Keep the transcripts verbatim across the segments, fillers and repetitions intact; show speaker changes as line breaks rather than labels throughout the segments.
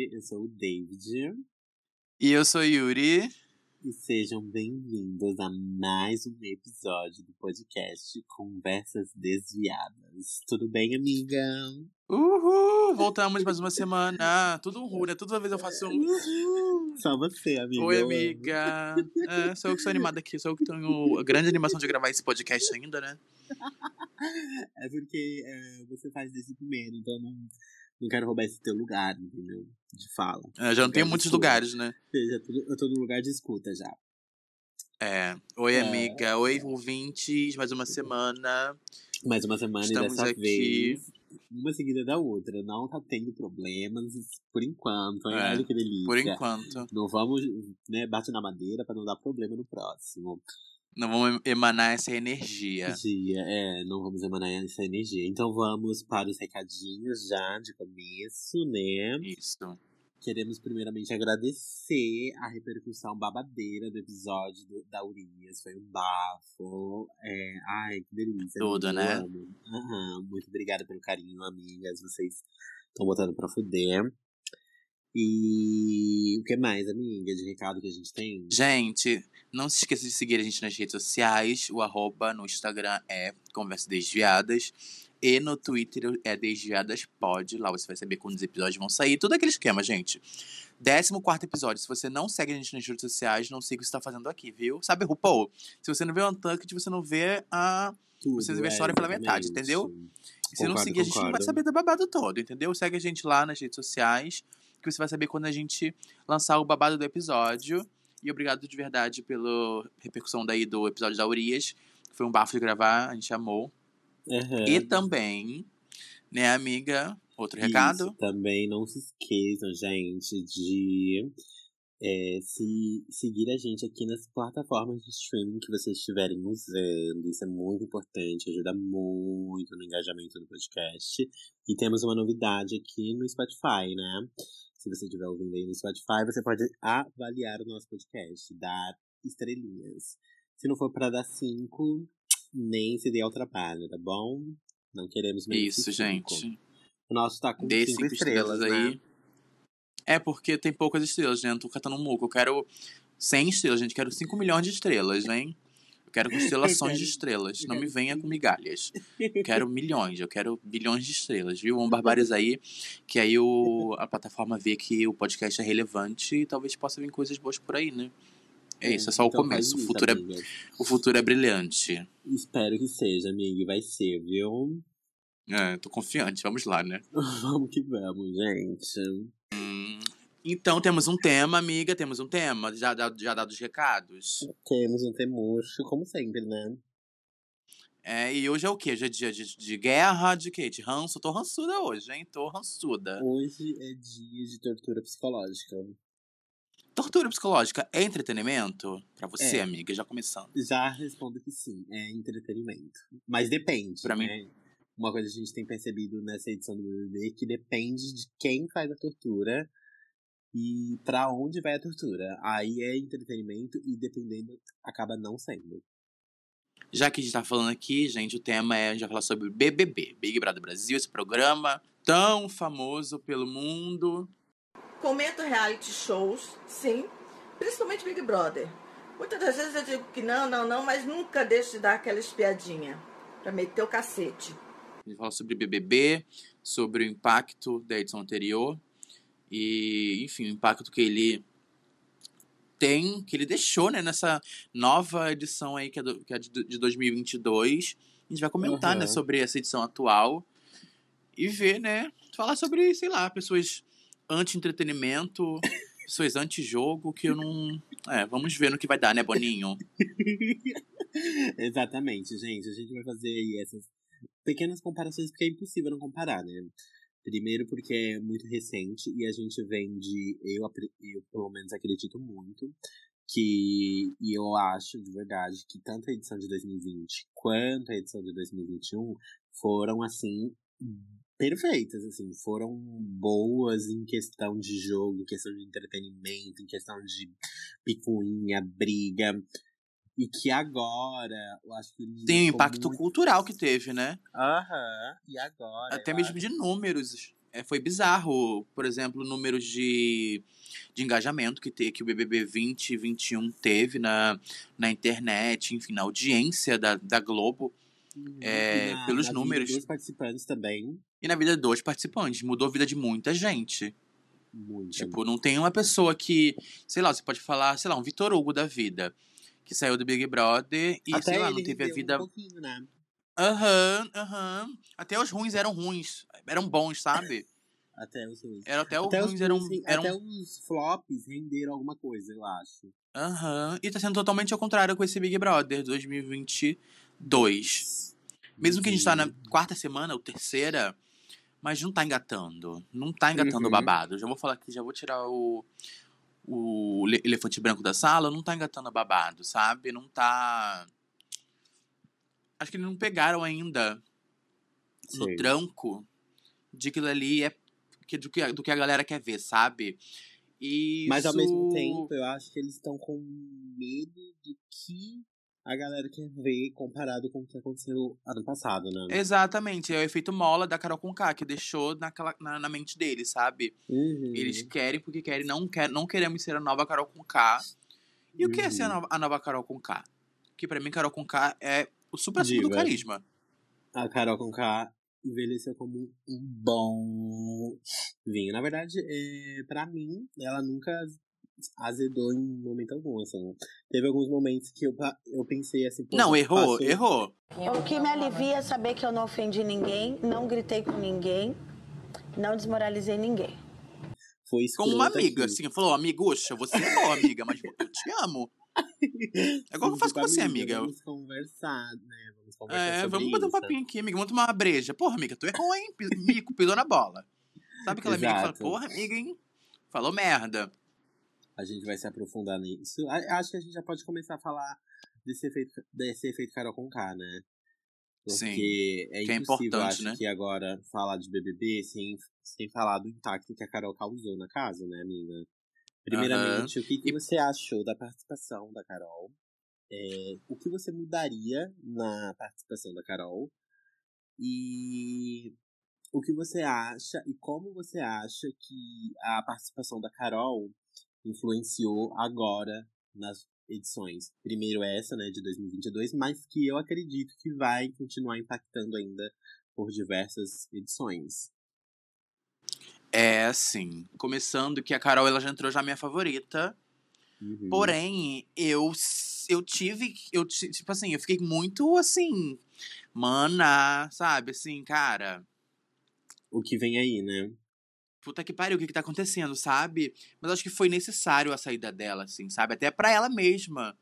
eu sou o David.
E eu sou Yuri.
E sejam bem-vindos a mais um episódio do podcast Conversas Desviadas. Tudo bem, amiga?
Uhul! Voltamos mais uma semana. Tudo uhul, né? Toda vez eu faço um uhul.
Só você, amiga.
Oi, amiga. É, sou eu que sou animada aqui. Sou eu que tenho a grande animação de gravar esse podcast ainda, né?
É porque é, você faz desse primeiro, então não, não quero roubar esse teu lugar, entendeu? De fala.
É, já não tenho muitos
escuta.
lugares, né?
Eu, já tô, eu tô no lugar de escuta já.
É. Oi,
É.
amiga. Oi, ouvintes. Mais uma semana.
Mais uma semana
Estamos
e dessa
aqui.
vez, uma seguida da outra. Não tá tendo problemas por enquanto. Hein?
É,
Olha que delícia.
Por enquanto.
Não vamos, né, bate na madeira pra não dar problema no próximo.
Não vamos emanar essa energia.
Dia, é, não vamos emanar essa energia. Então vamos para os recadinhos já de começo, né?
Isso.
Queremos primeiramente agradecer a repercussão babadeira do episódio do, da Urias. Foi um bafo. É, ai, que delícia.
Tudo,
amiga,
né?
eu amo. Aham, muito obrigada pelo carinho, amigas. Vocês estão botando pra fuder. E o que mais, amiga, de recado que a gente tem?
Gente, não se esqueça de seguir a gente nas redes sociais. O arroba no Instagram é Conversas Desviadas. E no Twitter é DesviadasPod. Lá você vai saber quando os episódios vão sair. Tudo aquele esquema, gente. décimo quarto episódio. Se você não segue a gente nas redes sociais, não sei o que você tá fazendo aqui, viu? Sabe, RuPaul? Se você não vê o Untucked, você não vê a...
Tudo,
você vê a
é,
história pela metade,
exatamente.
entendeu? E se não
Concordo,
seguir, a gente não vai
concordo.
saber do babado todo, entendeu? Segue a gente lá nas redes sociais, que você vai saber quando a gente lançar o babado do episódio. E obrigado de verdade pela repercussão daí do episódio da Urias. Foi um bafo de gravar, a gente amou.
Aham.
E também, né, amiga? Outro recado?
Isso, também não se esqueçam, gente, de é, se seguir a gente aqui nas plataformas de streaming que vocês estiverem usando. Isso é muito importante, ajuda muito no engajamento do podcast. E temos uma novidade aqui no Spotify, né? Se você estiver ouvindo aí no Spotify, você pode avaliar o nosso podcast, dar estrelinhas. Se não for pra dar cinco, nem se dê ao trabalho, tá bom? Não queremos menos que
Isso,
cinco.
gente.
O nosso tá com
Dê
cinco,
cinco
estrelas,
estrelas aí.
né?
É porque tem poucas estrelas, né? Eu tô catando um muco. Eu quero cem estrelas, gente. Eu quero cinco milhões de estrelas, hein? Eu quero constelações
Eu
de
quero-
estrelas.
eu
Não me
quero
venha
sim.
com migalhas. Eu quero milhões, eu quero bilhões de estrelas, viu? Vamos barbarizar aí, que aí o, a plataforma vê que o podcast é relevante e talvez possa vir coisas boas por aí, né? É isso, é só o
Então faz
começo. O
isso,
futuro é,
amiga.
o futuro é brilhante.
Espero que seja, amiga. E vai ser, viu?
É, tô confiante, vamos lá, né?
Vamos que vamos, gente.
Então temos um tema, amiga, temos um tema. Já, já, já dado os recados?
Temos um temucho, como sempre, né?
É, e hoje é o quê? Hoje é dia de, de guerra, de quê? De ranço? Tô rançuda hoje, hein? Tô rançuda.
Hoje é dia de tortura psicológica.
Tortura psicológica é entretenimento? Pra você,
É.
amiga, já começando.
Já respondo que sim, é entretenimento. Mas depende,
Pra mim-
né? Uma coisa que a gente tem percebido nessa edição do B B B é que depende de quem faz a tortura e pra onde vai a tortura. Aí é entretenimento e dependendo, acaba não sendo.
Já que a gente tá falando aqui, gente, o tema é, a gente vai falar sobre B B B, Big Brother Brasil, esse programa tão famoso pelo mundo.
Comento reality shows, sim, principalmente Big Brother. Muitas das vezes eu digo que não, não, não, mas nunca deixo de dar aquela espiadinha pra meter o cacete.
A gente fala sobre B B B, sobre o impacto da edição anterior e, enfim, o impacto que ele tem, que ele deixou, né, nessa nova edição aí, que é, do, que é de, de dois mil e vinte e dois. A gente vai comentar,
Aham.
né, sobre essa edição atual e ver, né, falar sobre, sei lá, pessoas anti-entretenimento, pessoas anti-jogo, que eu não... É, vamos ver no que vai dar, né, Boninho?
Exatamente, gente. A gente vai fazer aí essas pequenas comparações, porque é impossível não comparar, né? Primeiro porque é muito recente e a gente vem de... Eu, apre- eu pelo menos acredito muito que... E eu acho, de verdade, que tanto a edição de dois mil e vinte quanto a edição de dois mil e vinte e um foram, assim, perfeitas, assim. Foram boas em questão de jogo, em questão de entretenimento, em questão de picuinha, briga. E que agora, eu acho que... ele
Tem o
ficou
impacto
muito-
cultural que teve, né?
Aham, e agora...
Até
eu
mesmo
acho-
de números. é, foi bizarro. Por exemplo, números de, de engajamento que, te, que o B B B vinte e vinte e um teve na, na internet, enfim, na audiência da, da Globo,
Uhum.
é,
E na,
pelos
na
números.
vida dos participantes também.
E na vida dos participantes. Mudou a vida de muita gente.
Muita.
Tipo, não tem uma pessoa que, sei lá, você pode falar, sei lá, um Vitor Hugo da vida, que saiu do Big Brother e,
Até
sei lá,
ele
não teve a
rendeu
vida.
um pouquinho, né?
Aham, aham. Até os ruins eram ruins. Eram bons, sabe?
Até os ruins.
Era, até os
Até os,
ruins eram.
ruins,
eram...
até os flops renderam alguma coisa, eu acho.
Aham. E tá sendo totalmente ao contrário com esse Big Brother dois mil e vinte e dois. Mesmo que a gente tá na quarta semana ou terceira, mas não tá engatando. Não tá engatando o
Uhum.
babado. Já vou falar aqui, já vou tirar o, o le- elefante branco da sala. Não tá engatando o babado, sabe? Não tá. Acho que eles não pegaram ainda no
Sim.
tranco de aquilo ali é que- do, que, do que a galera quer ver, sabe? E
Mas ao
isso-
mesmo tempo, eu acho que eles estão com medo do que a galera quer ver comparado com o que aconteceu ano passado, né?
Exatamente, é o efeito mola da Carol Conká, que deixou naquela, na, na mente deles, sabe?
Uhum.
Eles querem porque querem, não, quer, não queremos ser a nova Carol Conká. E o que é ser a
Uhum.
nova, a nova Carol Conká? Que pra mim, Carol Conká é o supra-sumo do
Diva.
carisma.
A Carol Conká envelheceu como um bom vinho. Na verdade, é, pra mim, ela nunca azedou em momento algum, assim. Teve alguns momentos que eu, pa- eu pensei assim, pô,
Não, errou,
passou-
errou.
O que me alivia é saber que eu não ofendi ninguém, não gritei com ninguém, não desmoralizei ninguém.
Foi
Como uma
escrota
amiga,
aqui.
assim, falou, amiguxa, você errou, amiga, mas eu te amo. É igual que eu faço
Tipo,
com você, amiga.
Vamos conversar, né? Vamos conversar
É,
sobre
vamos bater um
isso.
papinho aqui, amiga. Vamos tomar uma breja. Porra, amiga, tu errou, hein? Pis- Mico, pisou na bola. Sabe aquela amiga que fala,
Exato.
porra, amiga, hein? Falou merda.
A gente vai se aprofundar nisso. A- Acho que a gente já pode começar a falar desse efeito, desse efeito Carol Conká, né? Porque é
que é
impossível,
importante,
acho
né?
que agora falar de B B B sem, sem falar do impacto que a Carol causou na casa, né, amiga? Primeiramente, o que, que
E-
você achou da participação da Carol? É, o que você mudaria na participação da Carol? E o que você acha e como você acha que a participação da Carol influenciou agora nas edições? Primeiro essa, né, de dois mil e vinte e dois, mas que eu acredito que vai continuar impactando ainda por diversas edições.
É, assim, começando que a Carol, ela já entrou já minha favorita.
Uhum.
Porém, eu, eu tive, eu, ti- tipo assim, eu fiquei muito, assim, mana, sabe? Assim, cara,
O que vem aí, né?
puta que pariu, o que que tá acontecendo, sabe? Mas acho que foi necessário a saída dela, assim, sabe? Até pra ela mesma.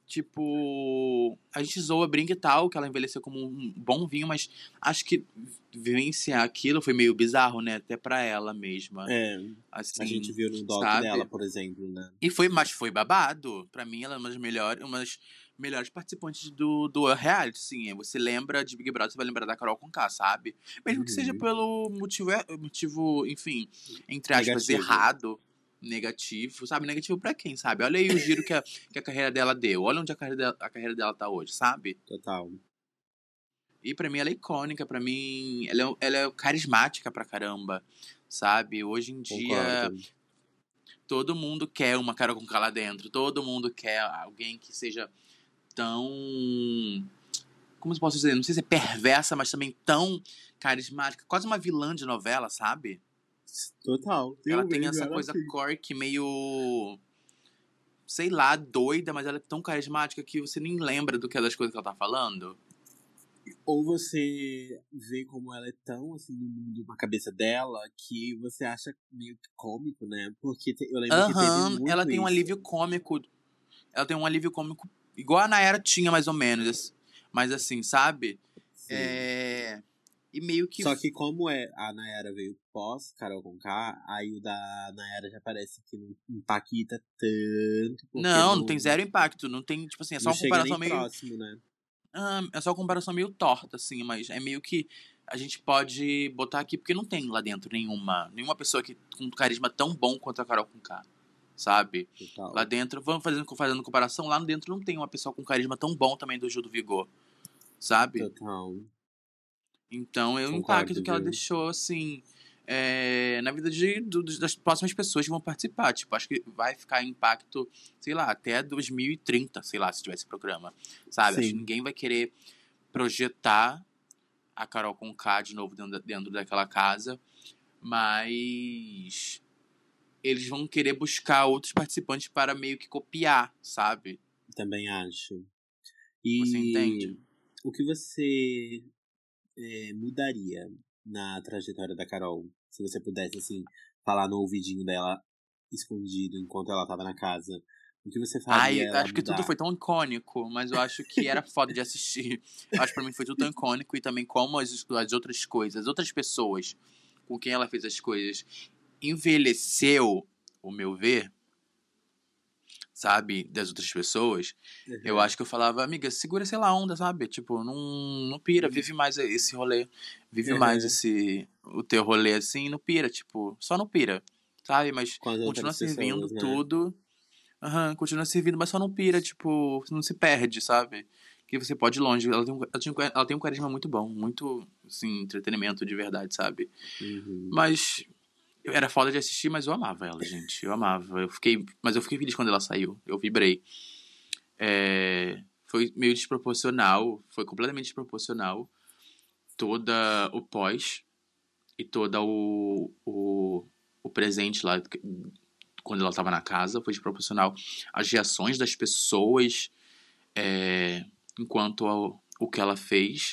Tipo, a gente zoa, brinca e tal, que ela envelheceu como um bom vinho, mas acho que vivenciar aquilo foi meio bizarro, né? Até pra ela mesma.
É,
Assim,
a gente viu no doc
sabe?
dela, por exemplo, né?
E foi, mas foi babado. Pra mim, ela é uma das melhores, uma das melhores participantes do, do reality, sim. Você lembra de Big Brother, você vai lembrar da Carol Conká, sabe? Mesmo que
Uhum.
seja pelo motivo, er- motivo, enfim, entre aspas,
Negativo.
errado, negativo, sabe? Negativo pra quem, sabe? Olha aí o giro que a, que a carreira dela deu. Olha onde a carreira dela, a carreira dela tá hoje, sabe?
Total.
E pra mim ela é icônica, pra mim ela é, ela é carismática pra caramba, sabe? Hoje em dia
Concordo.
todo mundo quer uma Carol Conká lá dentro, todo mundo quer alguém que seja tão, como eu posso dizer, não sei se é perversa, mas também tão carismática, quase uma vilã de novela, sabe?
Total.
Ela
Eu
tem
vejo
essa
ela
coisa
assim.
quirky meio, sei lá, doida, mas ela é tão carismática que você nem lembra do que é das coisas que ela tá falando.
Ou você vê como ela é tão, assim, no mundo, na cabeça dela, que você acha meio que cômico, né? Porque te- eu lembro que teve
Aham,
muito
ela tem um
isso.
alívio cômico. Ela tem um alívio cômico igual a Nayara tinha, mais ou menos. Mas assim, sabe?
Sim.
É... E meio que.
Só que como é, a Nayara veio pós Carol Conká, aí o da Nayara já parece que não impacta tanto. Porque
Não, não tem zero impacto. Não tem, tipo assim, é só
não
uma
chega
comparação
nem
meio.
próximo, né?
Ah, é só uma comparação meio torta, assim, mas é meio que a gente pode botar aqui, porque não tem lá dentro nenhuma, nenhuma pessoa que, com um carisma tão bom quanto a Carol Conká, sabe?
Total.
Lá dentro, vamos fazendo, fazendo comparação, lá dentro não tem uma pessoa com carisma tão bom também do Gil do Vigor, sabe?
Total.
Então, é o
Concordo,
impacto que ela
viu?
deixou, assim, é, na vida de, do- das próximas pessoas que vão participar. Tipo, acho que vai ficar impacto, sei lá, até dois mil e trinta, sei lá, se tiver esse programa. Sabe? Acho que
Sim.
ninguém vai querer projetar a Carol Conká de novo dentro, da- dentro daquela casa, mas eles vão querer buscar outros participantes para meio que copiar, sabe?
Também acho.
Você
E
entende?
o que você é, mudaria na trajetória da Carol? Se você pudesse, assim, falar no ouvidinho dela escondido enquanto ela tava na casa. O que você faria
Ai,
ela
acho que tudo
mudar?
foi tão icônico, mas eu acho que era foda de assistir. Eu acho que pra mim foi tudo tão icônico e também como as, as outras coisas, as outras pessoas com quem ela fez as coisas envelheceu, o meu ver, sabe, das outras pessoas. Eu
Uhum.
acho que eu falava, amiga, segura, sei lá, a onda, sabe? Tipo, não, não pira, vive mais esse rolê. Vive mais
Uhum.
esse, o teu rolê assim, não pira, tipo, só não pira, sabe? Mas
Com as
continua
outras
servindo
pessoas, né?
tudo. Aham, continua servindo, mas só não pira, tipo, não se perde, sabe? Que você pode ir longe. Ela tem, um, ela, tinha um- ela tem um carisma muito bom, muito, assim, entretenimento de verdade, sabe?
Uhum.
Mas eu era foda de assistir, mas eu amava ela, gente. Eu amava. Eu fiquei, mas eu fiquei feliz quando ela saiu. Eu vibrei. É, foi meio desproporcional, foi completamente desproporcional toda o pós e toda o, o, o presente lá quando ela tava na casa, foi desproporcional as reações das pessoas é, enquanto ao, o que ela fez.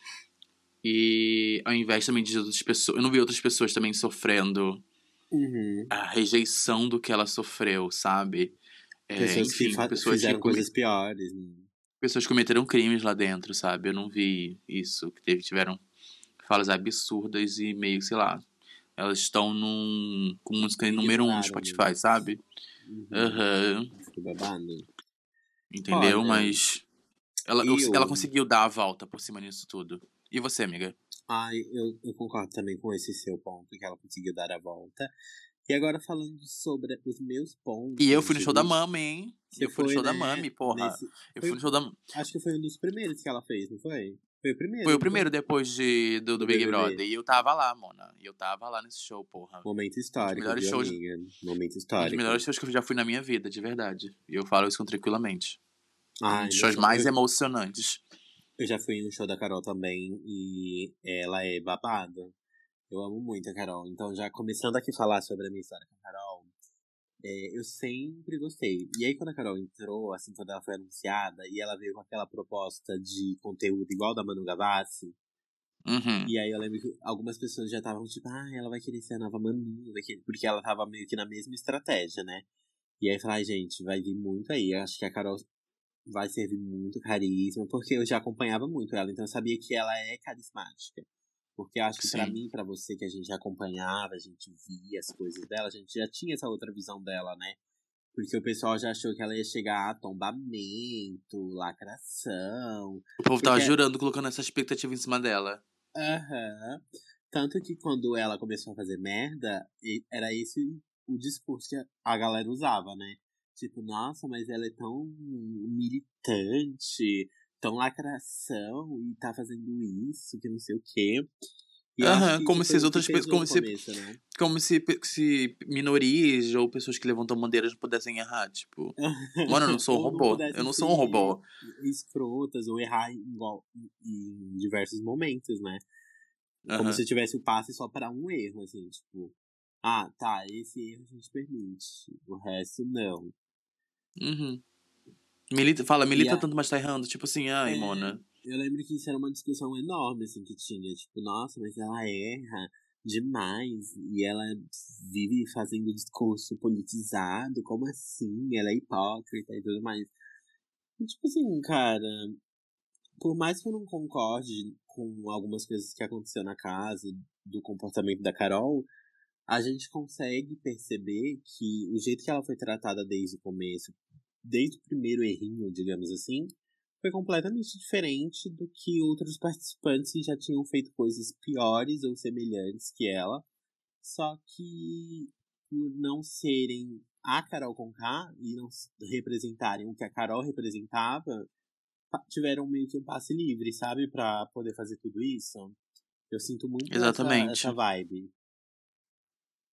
E ao invés também de outras pessoas. Eu não vi outras pessoas também sofrendo
Uhum.
a rejeição do que ela sofreu, sabe? É,
Pessoas que
enfim,
fa-
pessoas que,
fizeram
come,
coisas piores, né?
pessoas que cometeram crimes lá dentro, sabe? Eu não vi isso. Que teve, tiveram falas absurdas e meio, sei lá. Elas estão num, com música número um no
Ignoraram, né?
Spotify, sabe?
Uhum.
Aham.
Fico babando.
Entendeu?
Olha,
Mas ela, eu- ela
eu.
conseguiu dar a volta por cima disso tudo. E você, amiga?
Ai, eu, eu concordo também com esse seu ponto, que ela conseguiu dar a volta. E agora falando sobre os meus
E eu
pontos
fui no
de
show da
vista.
Mami, hein?
Você
Eu fui no
foi,
show da
né?
Mami, porra.
Nesse.
Eu fui
Foi,
no show da.
acho que foi um dos primeiros que ela fez, não foi? Foi o
Foi
primeiro,
o
não foi?
primeiro depois de, do, do
Do
Big
B B B.
Brother. E eu tava lá, Mona. E eu tava lá nesse show, porra.
Momento
Um dos
histórico,
melhores
viu,
shows.
amiga? Momento
Um dos melhores
histórico.
shows que eu já fui na minha vida, de verdade. E eu falo isso com tranquilamente. Um
Ai,
dos
no
shows
show.
mais
Eu,
emocionantes.
eu já fui no show da Carol também e ela é babada. Eu amo muito a Carol. Então, já começando aqui a falar sobre a minha história com a Carol, é, eu sempre gostei. E aí, quando a Carol entrou, assim, quando ela foi anunciada, e ela veio com aquela proposta de conteúdo igual da Manu Gavassi,
Uhum.
e aí eu lembro que algumas pessoas já estavam tipo, ah, ela vai querer ser a nova Manu, vai querer... porque ela tava meio que na mesma estratégia, né? E aí eu falei, ai, gente, vai vir muito aí. Eu acho que a Carol vai servir muito carisma, porque eu já acompanhava muito ela, então eu sabia que ela é carismática. Porque eu acho que pra
Sim.
mim, pra você, que a gente acompanhava, a gente via as coisas dela, a gente já tinha essa outra visão dela, né? Porque o pessoal já achou que ela ia chegar a tombamento, lacração.
O povo tava
Porque,
jurando, colocando essa expectativa em cima dela.
aham. Tanto que quando ela começou a fazer merda, e- era esse o discurso que a a galera usava, né? Tipo, nossa, mas ela é tão militante, tão lacração, e tá fazendo isso, que não sei o quê. E eu acho
Aham,
que isso
como se
foi
as
o que
outras pessoas.
pesou
Como
no
se,
começo, né?
como se, pe- se minorias ou pessoas que levantam bandeiras não pudessem errar. Tipo, mano, eu não sou um
Ou não
robô. Eu
pudessem
não
ser
sou um robô.
escrotas ou errar em, igual- em diversos momentos, né? Como
Aham.
se tivesse o passe só para um erro, assim, tipo, ah, tá, esse erro a gente permite, o resto não.
Uhum. Milita, fala,
E
milita
a,
tanto, mas tá errando. Tipo assim, ai,
é,
Mona.
eu lembro que isso era uma discussão enorme, assim, que tinha, tipo, nossa, mas ela erra demais e ela vive fazendo discurso politizado, como assim? Ela é hipócrita e tudo mais. E, tipo assim, cara, por mais que eu não concorde com algumas coisas que aconteceu na casa, do comportamento da Carol, a gente consegue perceber que o jeito que ela foi tratada desde o começo, desde o primeiro errinho, digamos assim, foi completamente diferente do que outros participantes que já tinham feito coisas piores ou semelhantes que ela. Só que por não serem a Carol Conká e não representarem o que a Carol representava, tiveram meio que um passe livre, sabe? Pra poder fazer tudo isso. Eu sinto muito essa, essa
Exatamente.
vibe.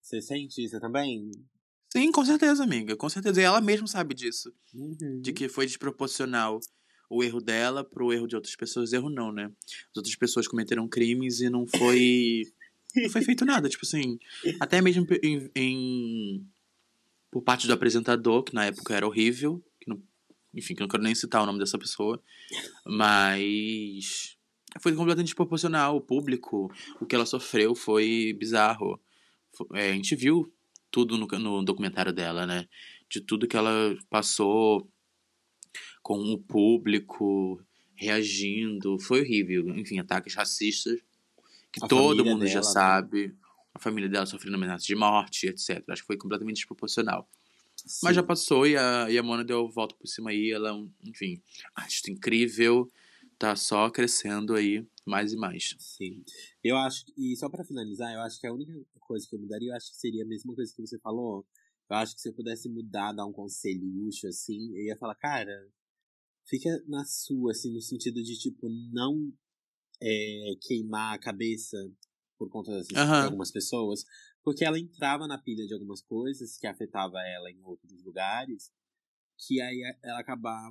Você sente isso também?
Sim, com certeza, amiga. Com certeza. E ela mesma sabe disso.
Uhum.
De que foi desproporcional o erro dela pro erro de outras pessoas. Erro não, né? As outras pessoas cometeram crimes e não foi... não foi feito nada. Tipo assim, até mesmo em, em... por parte do apresentador, que na época era horrível. Que não... Enfim, que eu não quero nem citar o nome dessa pessoa. Mas... foi completamente desproporcional. O público, o que ela sofreu foi bizarro. É, a gente viu tudo no, no documentário dela, né? De tudo que ela passou com o público reagindo. Foi horrível. Enfim, ataques racistas que
A
todo
família
mundo já
dela, né?
sabe. A família dela sofrendo ameaças de morte, etcétera. Acho que foi completamente desproporcional.
Sim.
Mas já passou e a, e a Mona deu a volta por cima aí. Ela é um, enfim, artista incrível. Tá só crescendo aí mais e mais.
Sim. Eu acho que, e só pra finalizar, eu acho que a única coisa que eu mudaria, eu acho que seria a mesma coisa que você falou. Eu acho que se eu pudesse mudar, dar um conselhucho, assim, eu ia falar, cara, fica na sua, assim, no sentido de, tipo, não é, queimar a cabeça por conta dessas, de
Aham.
algumas pessoas, porque ela entrava na pilha de algumas coisas que afetava ela em outros lugares, que aí ela acabava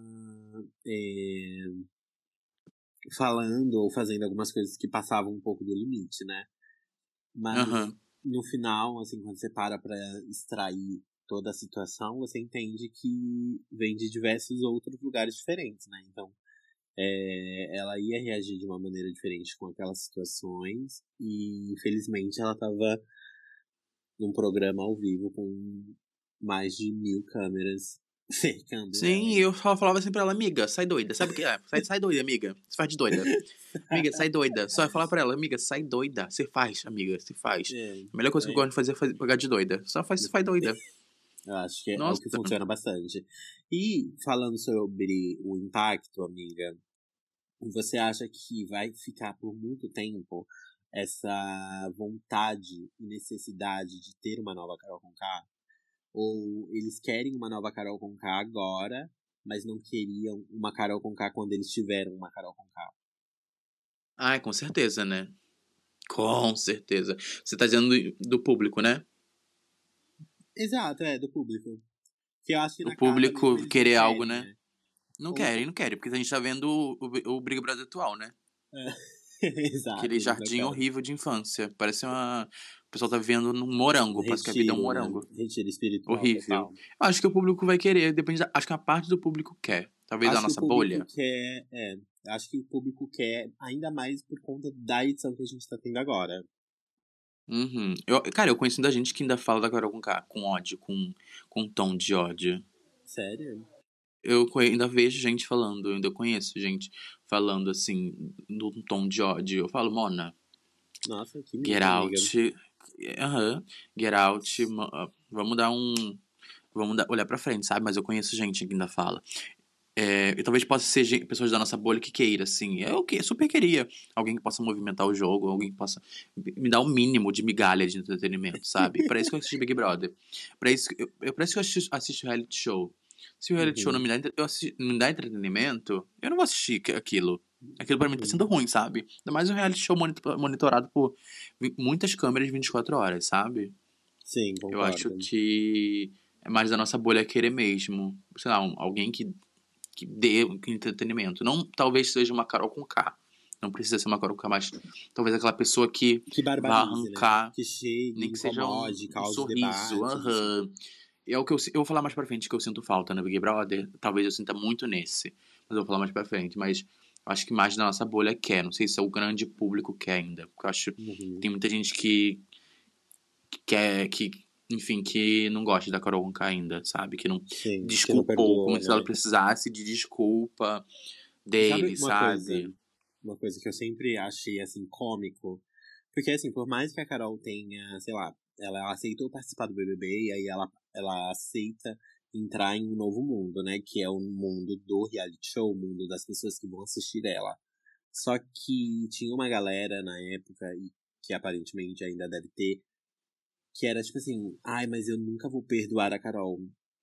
é, falando ou fazendo algumas coisas que passavam um pouco do limite, né? Mas
Aham.
no final, assim, quando você para pra extrair toda a situação, você entende que vem de diversos outros lugares diferentes, né? Então, é, ela ia reagir de uma maneira diferente com aquelas situações e, infelizmente, ela tava num programa ao vivo com mais de mil câmeras cercando ela.
Sim, eu só falava assim pra ela, amiga, sai doida. Sabe o que é? Sai, sai doida, amiga. Você faz de doida. Amiga, sai doida. Só falar pra ela, amiga, sai doida. Você faz, amiga, você faz.
É,
A melhor coisa que eu
é,
gosto de fazer é fazer, pegar de doida. Só faz, você faz doida.
eu acho que é, é o
Nossa.
que funciona bastante. E falando sobre o impacto, amiga, você acha que vai ficar por muito tempo essa vontade e necessidade de ter uma nova Carol Conká? Ou eles querem uma nova Carol Conká agora, mas não queriam uma Carol Conká quando eles tiveram uma Carol Conká?
Ai, com certeza, né? Com certeza. Você tá dizendo do, do público, né?
Exato, é, do público. Que eu acho que
O
na casa
público
mesmo eles não
querer algo,
querem,
né?
né?
Não
Ou,
querem, não querem. Porque a gente tá vendo o, o, o Big Brother atual, né?
é, exato,
Aquele
eles não
jardim
querem.
horrível de infância. Parece uma... O pessoal tá vivendo num morango. Parece que a vida é um
Retiro, né?
morango.
Retiro espiritual
Horrível.
total.
Acho que o público vai querer, depende da, acho que a parte do público quer. Talvez a
Acho que o
nossa
público
bolha.
quer, é, acho que o público quer ainda mais por conta da edição que a gente tá tendo agora.
Uhum. Eu, cara, eu conheço muita gente que ainda fala da Carol com K, com ódio, com, com um tom de ódio.
Sério?
Eu conhe- ainda vejo gente falando, eu ainda conheço gente falando assim, num tom de ódio. Eu falo, Mona,
Nossa, que
get
medo, amiga.
out. Aham, get out. ma- Vamos dar um. Vamos dar, olhar pra frente, sabe? Mas eu conheço gente que ainda fala. É, e talvez possa ser gen- pessoas da nossa bolha que queira, assim. Eu que super queria. Alguém que possa movimentar o jogo, alguém que possa me dar o mínimo de migalha de entretenimento, sabe? Pra isso que eu assisto Big Brother. Pra isso, que- eu, eu, pra isso que eu assisto, assisto reality show. Se o reality show não
Uhum,
me dá, entre- eu assi- não me dá entretenimento, eu não vou assistir que- aquilo. Aquilo pra mim tá
uhum.
sendo ruim, sabe? Ainda mais um reality show monitor- monitorado por vi- muitas câmeras vinte e quatro horas, sabe?
Sim,
Eu acho
concordo.
que é mais da nossa bolha querer mesmo. Sei lá, um- alguém que que dê entretenimento. Não talvez seja uma Carol com K. Não precisa ser uma Carol com K, mas talvez aquela pessoa que
Que
vai
barbarize, né?
arrancar,
Que chegue,
nem que seja um,
incomode,
um
cause
sorriso.
debates.
Aham. É o que eu, eu vou falar mais pra frente que eu sinto falta no Big Brother. Talvez eu sinta muito nesse. Mas eu vou falar mais pra frente. Mas acho que mais da nossa bolha quer. Não sei se é o grande público quer ainda. Porque eu acho que
Uhum.
tem muita gente que, que quer. Que, enfim, que não gosta da Carol Conká ainda, sabe? Que não
Sim, que não
desculpou,
perdoou,
como se
né?
ela precisasse de desculpa
Sabe
dele,
uma coisa?
sabe?
Uma coisa que eu sempre achei, assim, cômico. Porque, assim, por mais que a Carol tenha, sei lá, ela aceitou participar do B B B e aí ela, ela aceita entrar em um novo mundo, né? Que é o mundo do reality show, o mundo das pessoas que vão assistir ela. Só que tinha uma galera na época, e que aparentemente ainda deve ter, que era tipo assim, ai, mas eu nunca vou perdoar a Carol.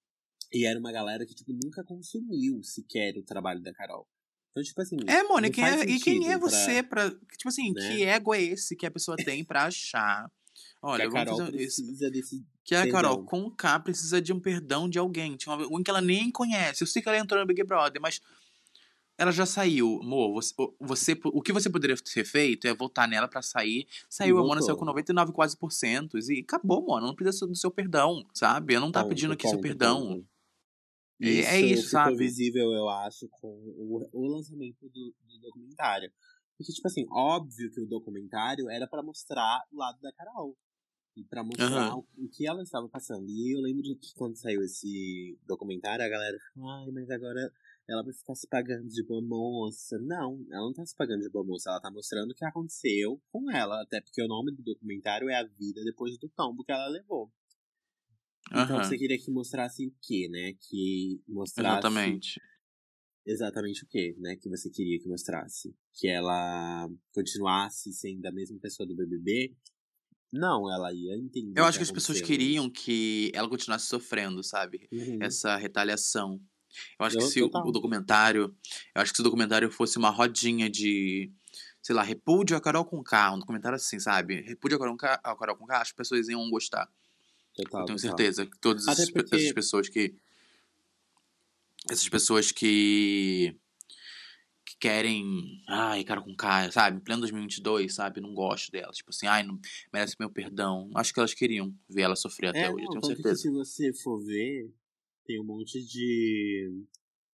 E era uma galera que, tipo, nunca consumiu sequer o trabalho da Carol. Então, tipo assim,
É, Mônica,
não
quem
faz
é, e quem é
sentido
você
pra,
pra. Tipo assim,
né?
que ego é esse que a pessoa tem pra achar
Que
Olha,
a
vamos
Carol
fazer isso.
precisa desse
Que a Carol
perdão.
com K precisa de um perdão de alguém. Tinha alguém que ela nem conhece. Eu sei que ela entrou no Big Brother, mas ela já saiu. Amor, você, você, o que você poderia ter feito é votar nela pra sair.
E
Saiu, a Mona saiu com
voltou.
noventa e nove quase por cento. E acabou, Mona. Não precisa do seu perdão, sabe? Ela não tá pedindo
Ponto,
aqui seu
ponto,
perdão.
ponto.
É, é
Isso
isso,
ficou
sabe?
visível, eu acho, com o, o lançamento do, do documentário. Porque, tipo assim, óbvio que o documentário era pra mostrar o lado da Carol. E pra mostrar
Aham.
o, o que ela estava passando. E eu lembro de que quando saiu esse documentário, a galera falou, ai, mas agora ela vai ficar se pagando de boa moça. Não, ela não tá se pagando de boa moça. Ela tá mostrando o que aconteceu com ela. Até porque o nome do documentário é A Vida Depois do Tombo que ela levou. Então você
Aham.
queria que mostrasse o quê, né? Que mostrasse
Exatamente.
exatamente o quê, né? Que você queria que mostrasse. Que ela continuasse sendo a mesma pessoa do B B B. Não, ela ia entender
Eu
o
acho
que
que as pessoas
aconteceu, né?
queriam que ela continuasse sofrendo, sabe?
Uhum.
Essa retaliação. Eu acho que
Eu,
se o, o
total.
documentário. Eu acho que se o documentário fosse uma rodinha de. Sei lá, repúdio a Carol com K. Um documentário assim, sabe? Repúdio a Carol com K, a Carol com K, as pessoas iam gostar. Eu
Total,
tenho
total.
certeza que todas
Até
essas, pe- essas
porque,
pessoas que. Essas pessoas que. Que querem. Ai, Carol com K, sabe? Em pleno dois mil e vinte e dois, sabe? Não gosto delas. Tipo assim, ai, não merece meu perdão. Acho que elas queriam ver ela sofrer até
é,
hoje, eu
não,
tenho
tanto que
certeza.
se você for ver, tem um monte de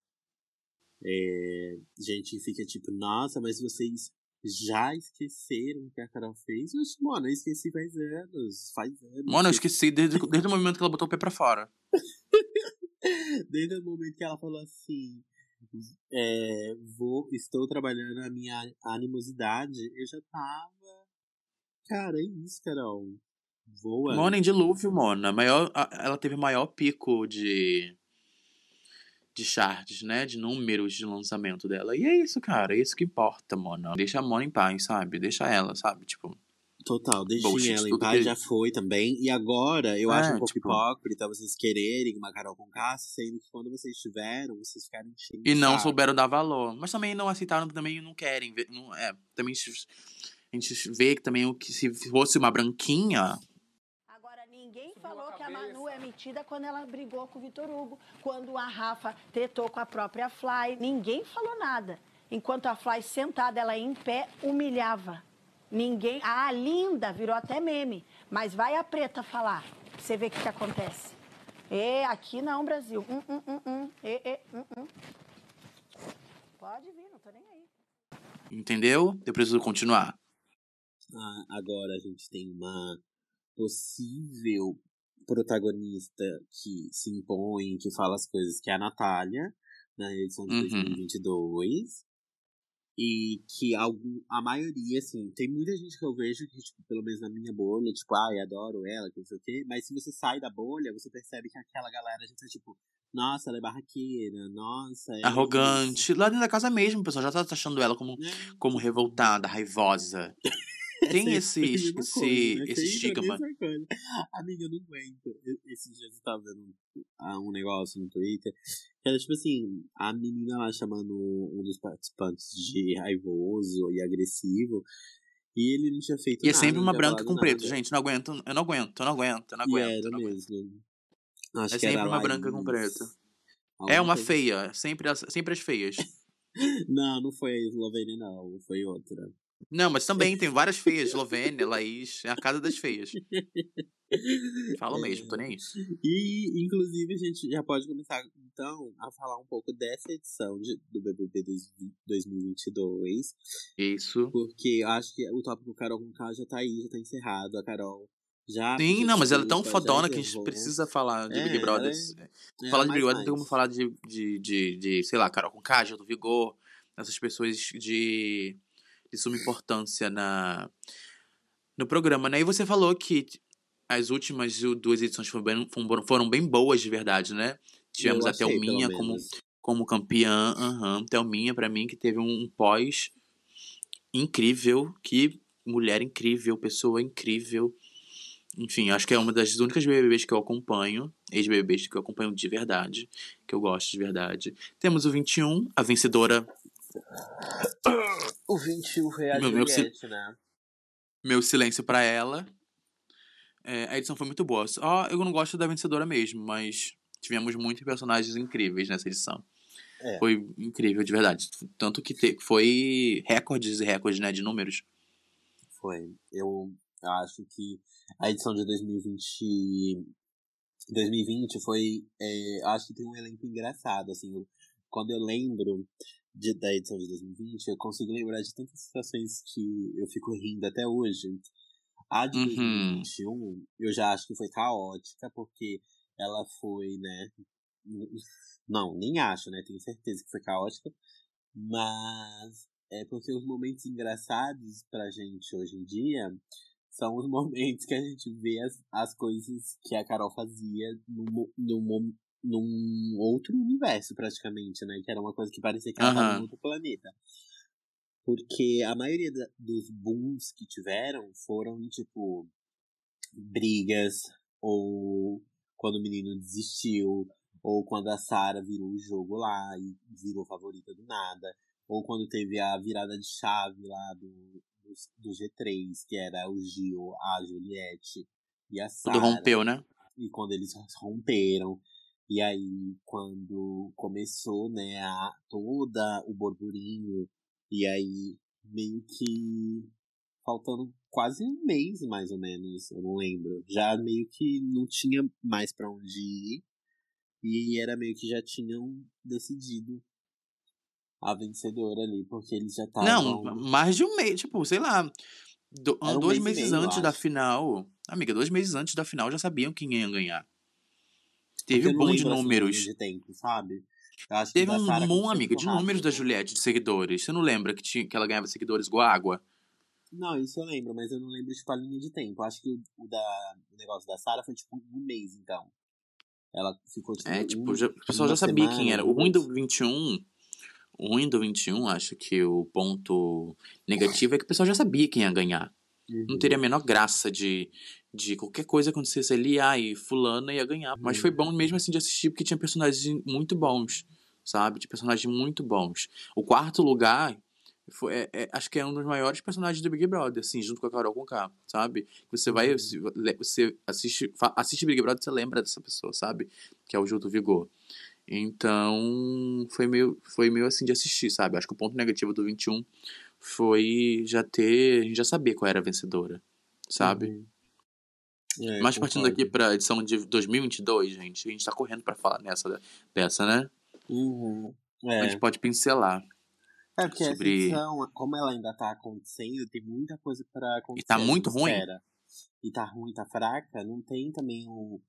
é, gente que fica tipo, nossa, mas vocês já esqueceram o que a Carol fez? Oxe, mano, eu esqueci faz anos, faz anos,
Mano, eu
esqueci.
esqueci desde, desde o momento que ela botou o pé pra fora.
Desde o momento que ela falou assim, é, vou, estou trabalhando a minha animosidade, eu já tava, cara, é isso, Carol, voa.
Mona em dilúvio, Mona. Maior, a- ela teve o maior pico de, de charts, né? De números de lançamento dela. E é isso, cara. É isso que importa, Mona. Deixa a Mona em paz, sabe? Deixa ela, sabe? Tipo,
Total, deixem
bullshit.
ela em
Tudo
paz,
que.
já foi também. E agora, eu acho um
É,
pouco
tipo.
hipócrita vocês quererem uma Carol com Cássia, sendo que quando vocês tiveram, vocês ficaram enchendo o
E não
saco.
souberam dar valor. Mas também não aceitaram, também não querem. ver- Não, é, também se- a gente vê que também o que se fosse uma branquinha.
Agora, ninguém falou que a Manu é metida quando ela brigou com o Vitor Hugo, quando a Rafa tretou com a própria Fly. Ninguém falou nada. Enquanto a Fly sentada, ela em pé, humilhava. Ninguém... Ah, linda, virou até meme. Mas vai a preta falar, pra você ver o que, que acontece. E aqui não, Brasil. Hum, hum, hum, hum. E, e, hum, hum. Pode vir, não tô nem aí.
Entendeu? Eu preciso continuar.
Ah, agora a gente tem uma possível protagonista que se impõe, que fala as coisas, que é a Natália, na edição de dois mil e
Uhum.
vinte e dois. E que algum, a maioria, assim, tem muita gente que eu vejo que, tipo, pelo menos na minha bolha, tipo, ai, adoro ela, que não sei o quê. Mas se você sai da bolha, você percebe que aquela galera já tá, tipo, nossa, ela é barraqueira, nossa, ela é isso.
Arrogante. Lá dentro da casa mesmo, o pessoal já tá achando ela como,
É,
como revoltada, raivosa.
é
Tem
sempre
esse,
a mesma
esse,
coisa, né?
esse
Sempre a
estigma.
mesma coisa. Amiga, eu não aguento. Eu- Esses dias eu tava vendo um, ah, um negócio no Twitter que era tipo assim, a menina lá chamando um dos participantes de raivoso e agressivo e ele não tinha feito
E é
nada,
sempre
não
uma
tinha
branca
falado
com preto.
nada.
Gente, não aguento, eu não aguento, eu não aguento, eu não
E
aguento, eu
era
não aguento.
mesmo. Acho
É
que era
sempre
a
uma branca com preto.
Laís.
É
Alguma
uma
coisa assim.
feia, sempre as, sempre as feias.
Não, não foi a Eslovênia, não. Foi outra.
Não, mas também tem várias feias. Eslovênia, Laís, é a casa das feias. Falo
É,
mesmo, tô nem aí.
e, inclusive, a gente já pode começar, então, a falar um pouco dessa edição de, do B B B dois mil e vinte e dois.
Isso.
Porque eu acho que o tópico Carol com K já tá aí, já tá encerrado. A Carol já
Sim,
pediu
não, mas ela é tão
desculpa, já
fodona que a gente
encerrou.
precisa falar de Big
É,
Brother.
ela é,
Falar
ela
de Big
mais
Brother não tem como
mais.
falar de, de, de, de, sei lá, Carol com K, do Vigor, essas pessoas de, de suma importância na, no programa, né? E você falou que as últimas duas edições foram bem, foram, foram bem boas de verdade, né? Tivemos
Eu
a
achei, pelo
Thelminha como,
menos.
como campeã, uhum. Thelminha, pra mim, que teve um pós incrível, que mulher incrível, pessoa incrível. Enfim, acho que é uma das únicas B B Bs que eu acompanho, ex-B B Bs que eu acompanho de verdade, que eu gosto de verdade. Temos o vinte e um, a vencedora.
O vinte e um foi a
Meu, meu, si-
Juliette, né?
meu silêncio pra ela. É, a edição foi muito boa. Só eu não gosto da vencedora mesmo, mas tivemos muitos personagens incríveis nessa edição.
É.
Foi incrível, de verdade. Tanto que te, foi recordes e recordes, né, de números.
Foi. Eu acho que a edição de dois mil e vinte, dois mil e vinte foi... É, acho que tem um elenco engraçado, assim. Eu, quando eu lembro de, da edição de dois mil e vinte, eu consigo lembrar de tantas situações que eu fico rindo até hoje. A de
Uhum.
dois mil e vinte e um, eu já acho que foi caótica, porque ela foi, né... Não, nem acho, né? Tenho certeza que foi caótica. Mas é porque os momentos engraçados pra gente hoje em dia são os momentos que a gente vê as, as coisas que a Carol fazia num, num, num outro universo, praticamente, né? Que era uma coisa que parecia que ela tava
Aham.
em outro planeta. Porque a maioria da, dos booms que tiveram foram, tipo, brigas, ou quando o menino desistiu, ou quando a Sarah virou o jogo lá e virou favorita do nada, ou quando teve a virada de chave lá do, do, do G três, que era o Gil, a Juliette e a
Quando
Sarah.
rompeu, né?
E quando eles romperam. E aí, quando começou, né, a, toda o burburinho, e aí, meio que faltando quase um mês, mais ou menos, eu não lembro. Já meio que não tinha mais pra onde ir. E era meio que já tinham decidido a vencedora ali, porque eles já
Não,
estavam...
mais de um mês, tipo, sei lá, do,
Era um
dois
mês e
meses
meio, eu
antes da
acho.
final. Amiga, dois meses antes da final já sabiam quem ia ganhar. Teve
Porque eu
um
não
bom de
lembro, assim, a linha
números.
de tempo, sabe? Eu acho que
Teve
da
um
Sarah
bom,
aconteceu
amiga,
muito
de números da
rápido.
Juliette, de seguidores. Você não lembra que, tinha, que ela ganhava seguidores igual água?
Não, isso eu lembro, mas eu não lembro, tipo, a linha de tempo. Eu acho que o, o, da, o negócio da Sarah foi, tipo, um mês, então. Ela ficou, tipo,
É, tipo,
um,
já, o pessoal
uma
já sabia quem
semana,
era. O ruim do
duas.
vinte e um, o ruim do vinte e um, acho que o ponto negativo é que o pessoal já sabia quem ia ganhar. Não teria a
Uhum.
menor graça de, de qualquer coisa acontecesse ali, ai, fulana ia ganhar. Mas foi
Uhum.
bom mesmo assim de assistir, porque tinha personagens muito bons, sabe? Tinha personagens muito bons. O quarto lugar, foi, é, é, acho que é um dos maiores personagens do Big Brother, assim, junto com a Carol Conká, sabe? Você vai,
Uhum.
você assiste, fa- assiste Big Brother, você lembra dessa pessoa, sabe? Que é o Gil do Vigor. Então, foi meio, foi meio assim de assistir, sabe? Acho que o ponto negativo do vinte e um foi já ter, a gente já sabia qual era a vencedora, sabe?
Uhum. É,
Mas partindo aqui
concordo.
pra edição de dois mil e vinte e dois, gente, a gente tá correndo pra falar nessa dessa, né?
Uhum.
A
É.
gente pode pincelar
É, porque essa
sobre...
edição, como ela ainda tá acontecendo, tem muita coisa pra
E tá
acontecer. A gente
muito ruim?
espera. E tá ruim, tá fraca, não tem também o...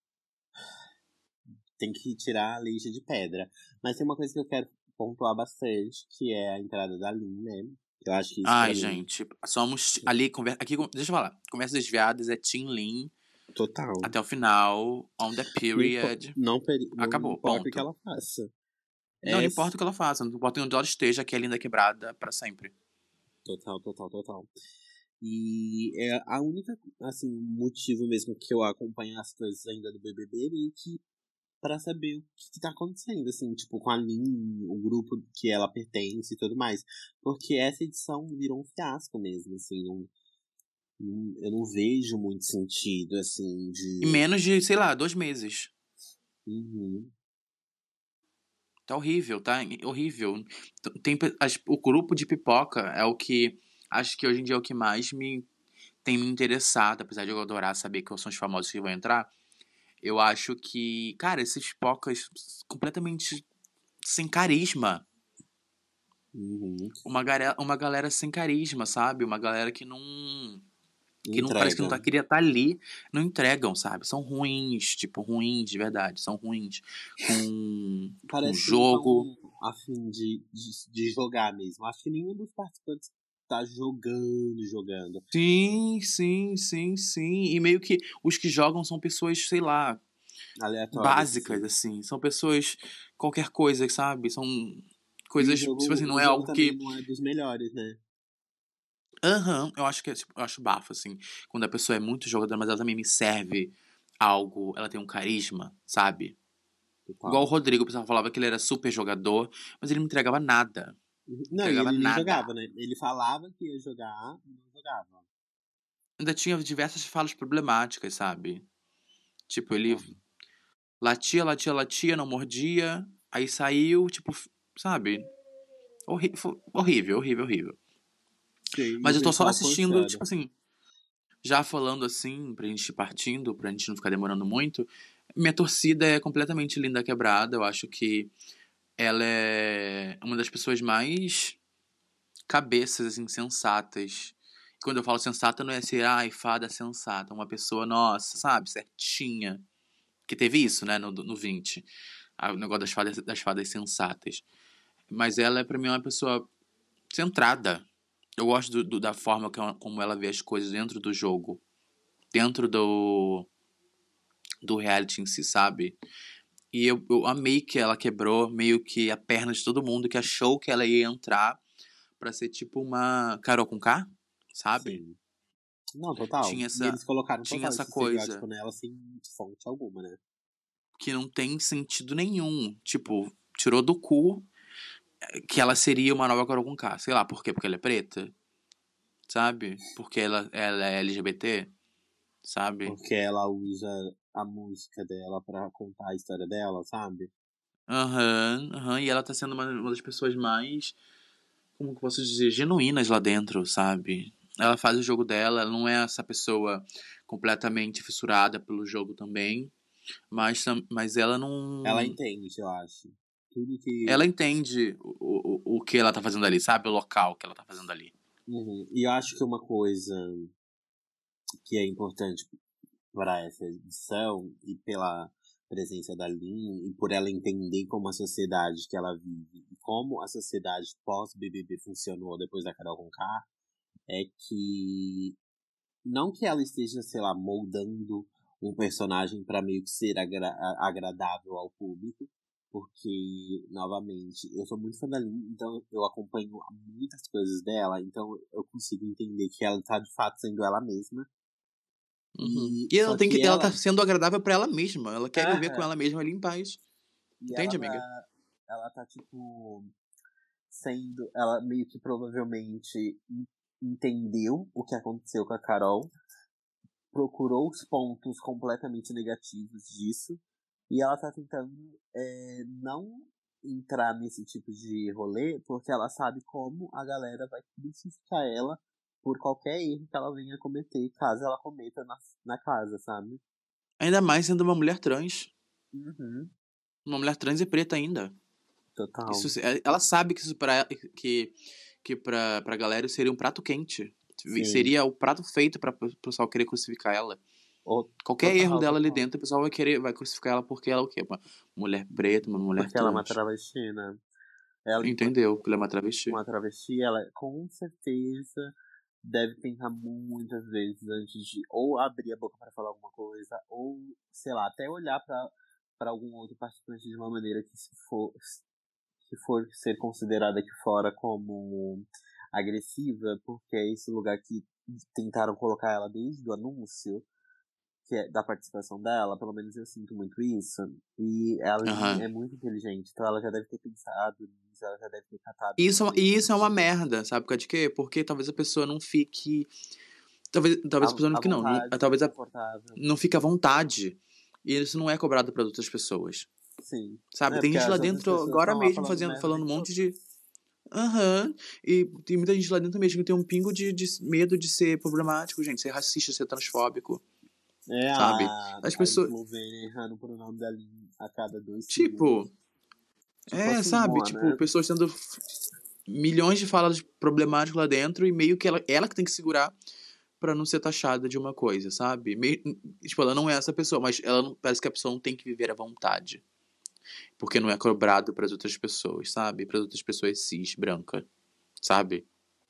Tem que tirar a leite de pedra. Mas tem uma coisa que eu quero pontuar bastante, que é a entrada da Lin, né? Eu acho que isso pra
Ai,
mim...
gente, somos ali, conver... aqui, deixa eu falar, Conversas Desviadas é Team Lean
Total.
até o final, on the
Não, impo-
period,
não, peri- não
acabou,
importa o que
ponto.
ela faça.
Não, não
É
importa o que ela faça, não importa onde ela esteja, que é linda quebrada pra sempre.
total, total, total. E é a única, assim, motivo mesmo que eu acompanho as coisas ainda do B B B é que para saber o que, que tá acontecendo, assim, tipo, com a Lin, o grupo que ela pertence e tudo mais. Porque essa edição virou um fiasco mesmo, assim, não, não- eu não vejo muito sentido, assim,
Em
de...
menos de, sei lá, dois meses.
Uhum,
Tá horrível, tá horrível. Tem, pe- as- o grupo de pipoca é o que acho que hoje em dia é o que mais me tem me interessado, apesar de eu adorar saber quais são os famosos que vão entrar. Eu acho que, cara, esses pipocas completamente sem carisma.
uhum.
Uma galera, uma galera sem carisma, sabe? Uma galera que não. Que não parece que não
Entrega.
tá, queria estar ali, não entregam, sabe? São ruins, tipo, ruins de verdade, são ruins com, com
Parece que não
jogo.
estão a fim de, de, de jogar mesmo. Acho que nenhum dos participantes tá jogando, jogando.
Sim, sim, sim, sim. E meio que os que jogam são pessoas, sei lá,
Aleatórios,
básicas,
assim.
assim. São pessoas, qualquer coisa, sabe? São
E o
coisas, tipo assim,
jogo,
não
o
é
jogo
algo
também
que.
não é dos melhores, né?
Aham, eu acho que é, tipo, eu acho bafo, assim. Quando a pessoa é muito jogadora, mas ela também me serve algo, ela tem um carisma, sabe? Igual o
Total.
Rodrigo, o pessoal falava que ele era super jogador, mas ele não entregava nada. Não
Não, e
entregava
ele nem
nada.
jogava, né? Ele falava que ia jogar e não jogava.
ainda tinha diversas falas problemáticas, sabe? Tipo, ele latia, latia, latia, não mordia, aí saiu, tipo, sabe? Horri horrível, horrível, horrível.
Sim,
Mas eu tô só
pessoal
assistindo,
forçando.
tipo assim, já falando assim, pra gente ir partindo, pra gente não ficar demorando muito, minha torcida é completamente Linda Quebrada, eu acho que ela é uma das pessoas mais cabeças, assim, sensatas. Quando eu falo sensata, não é ser, ai, fada sensata, uma pessoa, nossa, sabe, certinha. Que teve isso, né, no, no vinte. O negócio das fadas, das fadas sensatas. Mas ela, é pra mim, uma pessoa centrada. Eu gosto do, do, da forma que ela, como ela vê as coisas dentro do jogo. Dentro do, do reality em si, sabe? E eu, eu amei que ela quebrou meio que a perna de todo mundo que achou que ela ia entrar pra ser tipo uma Carol Conká, sabe?
Sim. Não, total.
Tinha
E
essa,
eles colocaram
tinha
total
essa
esse estereótipo
coisa
nela sem fonte alguma, né?
que não tem sentido nenhum. Tipo, tirou do cu que ela seria uma nova Carol Conká. Sei lá, por quê? Porque ela é preta, sabe? Porque ela, ela é L G B T, sabe?
Porque ela usa a música dela pra contar a história dela, sabe?
Aham, aham. E ela tá sendo uma, uma das pessoas mais, como que eu posso dizer, genuínas lá dentro, sabe? Ela faz o jogo dela, ela não é essa pessoa completamente fissurada pelo jogo também, mas, tam- mas ela não...
Ela entende, eu acho. Tudo que.
Ela entende o, o, o que ela tá fazendo ali, sabe? O local que ela tá fazendo ali.
Uhum. E eu acho que uma coisa que é importante para essa edição e pela presença da Lin e por ela entender como a sociedade que ela vive e como a sociedade pós-B B B funcionou depois da Carol Conká, é que não que ela esteja, sei lá, moldando um personagem para meio que ser agra agradável ao público, porque, novamente, eu sou muito fã da Lin, então eu acompanho muitas coisas dela, então eu consigo entender que ela tá de fato sendo ela mesma.
Uhum.
E
E ela
só
tem que,
que
ela
ela.
tá sendo agradável pra ela mesma. Ela quer viver com
Aham.
ela mesma ali em paz.
E ela
Entende, amiga?
tá. Ela tá, tipo. Sendo. Ela meio que provavelmente en- entendeu o que aconteceu com a Carol, procurou os pontos completamente negativos disso, e ela tá tentando é, não entrar nesse tipo de rolê, porque ela sabe como a galera vai crucificar ela por qualquer erro que ela venha cometer, caso ela cometa na, na casa, sabe?
Ainda mais sendo uma mulher trans.
Uhum.
Uma mulher trans e preta ainda.
Total.
Isso, é- ela sabe que isso pra, ela- que, que pra, pra galera seria um prato quente.
Sim.
Seria o prato feito pra o pessoal querer crucificar ela.
O-
Qualquer
total,
erro dela ali
total.
dentro, o pessoal vai querer, vai crucificar ela porque ela é o quê? Uma mulher preta, uma mulher
Porque ela é uma
trans.
travesti, né? Ela, enquanto
Entendeu? Porque ela é uma travesti.
uma travesti, ela com certeza deve pensar muitas vezes antes de ou abrir a boca para falar alguma coisa, ou, sei lá, até olhar para para algum outro participante de uma maneira que se for que for ser considerada aqui fora como agressiva, porque é esse lugar que tentaram colocar ela desde o anúncio, que é da participação dela, pelo menos eu sinto muito isso. E ela
Aham.
é muito inteligente, então ela já deve ter pensado nisso, ela já deve ter catado
Isso,
tudo
e isso é uma
isso.
merda, sabe por causa de quê? Porque talvez a pessoa não fique. Talvez, talvez a pessoa não
À
fique, não. não
vontade,
talvez a,
confortável.
não fique à vontade. E isso não é cobrado para outras pessoas.
Sim.
Sabe?
É,
Tem
porque
gente lá
as outras
dentro
pessoas
agora
estão lá
mesmo
falando
fazendo,
merda o
falando um
tempo
monte
todo.
de. Aham. E tem muita gente lá dentro mesmo que tem um pingo de, de medo de ser problemático, gente. Ser racista, ser transfóbico.
É
Sabe?
a,
As
a
pessoas.
Eslovênia errando por o nome da Lin a cada dois
Tipo.
segundos. Tipo
É,
assim,
sabe? Tipo,
mano.
pessoas tendo f- milhões de falas problemáticas lá dentro e meio que ela, ela que tem que segurar pra não ser taxada de uma coisa, sabe? Meio, tipo, ela não é essa pessoa, mas ela não, parece que a pessoa não tem que viver à vontade. Porque não é cobrado pras outras pessoas, sabe? Pras outras pessoas cis, branca, sabe?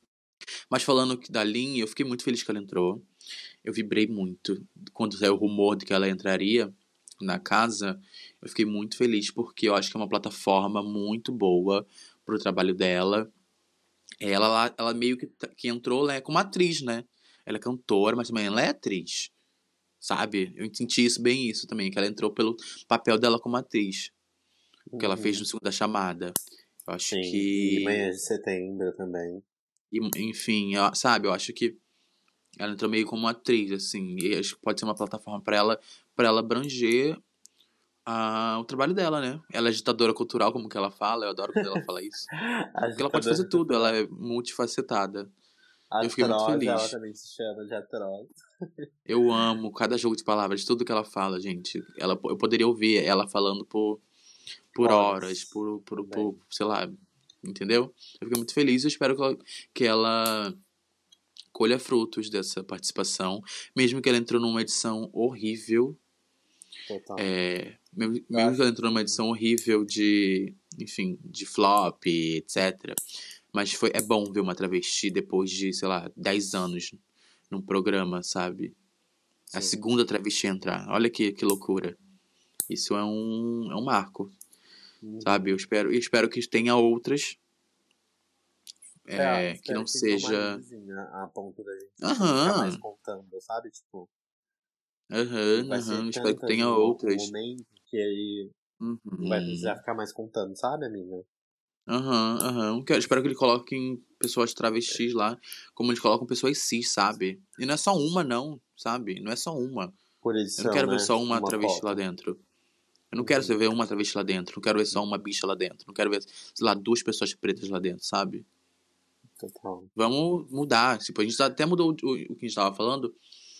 Mas falando que da Lin, eu fiquei muito feliz que ela entrou. Eu vibrei muito. Quando saiu o rumor de que ela entraria na casa, eu fiquei muito feliz porque eu acho que é uma plataforma muito boa pro trabalho dela. Ela, lá- ela meio que, tá- que entrou, né, como atriz, né? Ela é cantora, mas também ela é atriz, sabe? Eu senti isso bem isso também, que ela entrou pelo papel dela como atriz, que ela fez
Uhum.
no Segunda Chamada. Eu acho
Sim. E Manhã
que,
de Setembro também.
e, enfim, eu- sabe? Eu acho que Ela entrou meio como atriz, assim. E acho que pode ser uma plataforma pra ela, pra ela abranger a, o trabalho dela, né? Ela é ditadora cultural, como que ela fala. Eu adoro quando ela fala isso. Porque ela pode fazer tudo, ela é multifacetada. Eu fiquei muito
Atroz, ela
feliz.
também se chama de atroz.
Eu amo cada jogo de palavras, tudo que ela fala, gente. Ela, eu poderia ouvir ela falando por, por
Horas.
horas, por, por,
Também.
por, sei lá, entendeu? Eu fiquei muito feliz, eu espero que ela, que ela colha frutos dessa participação, mesmo que ela entrou numa edição horrível,
Total.
é, mesmo,
Eu
mesmo
acho
que ela entrou numa
que-
edição horrível de, enfim, de flop, etcétera. Mas foi, é bom ver uma travesti depois de, sei lá, dez anos num programa, sabe? A
Sim.
segunda travesti entrar. Olha que, que loucura. Isso é um, é um marco,
Uhum.
sabe? Eu espero, eu espero que tenha outras.
É,
É,
espero
que não
eles
seja.
normalizem a, a ponto da gente
Aham.
ficar mais contando, sabe? Tipo,
Aham,
vai ser
aham. Espero que
tantas
tenha
no, no
outras.
momento que aí não vai precisar
Uhum.
ficar mais contando, sabe, amiga?
Aham, aham. Quero- Espero que ele coloquem pessoas travestis lá, como eles colocam pessoas cis, sabe? E não é só uma, não, sabe? Não é só uma.
Por
Eu não
edição,
quero ver
né?
só
Tipo,
uma
uma
travesti lá
foto.
dentro. Eu não quero
Uhum.
ver uma travesti lá dentro. Não quero ver só uma bicha lá dentro. Não quero ver, sei lá, duas pessoas pretas lá dentro, sabe?
Total.
Vamos mudar. Tipo, a gente até mudou o, o que a gente tava falando,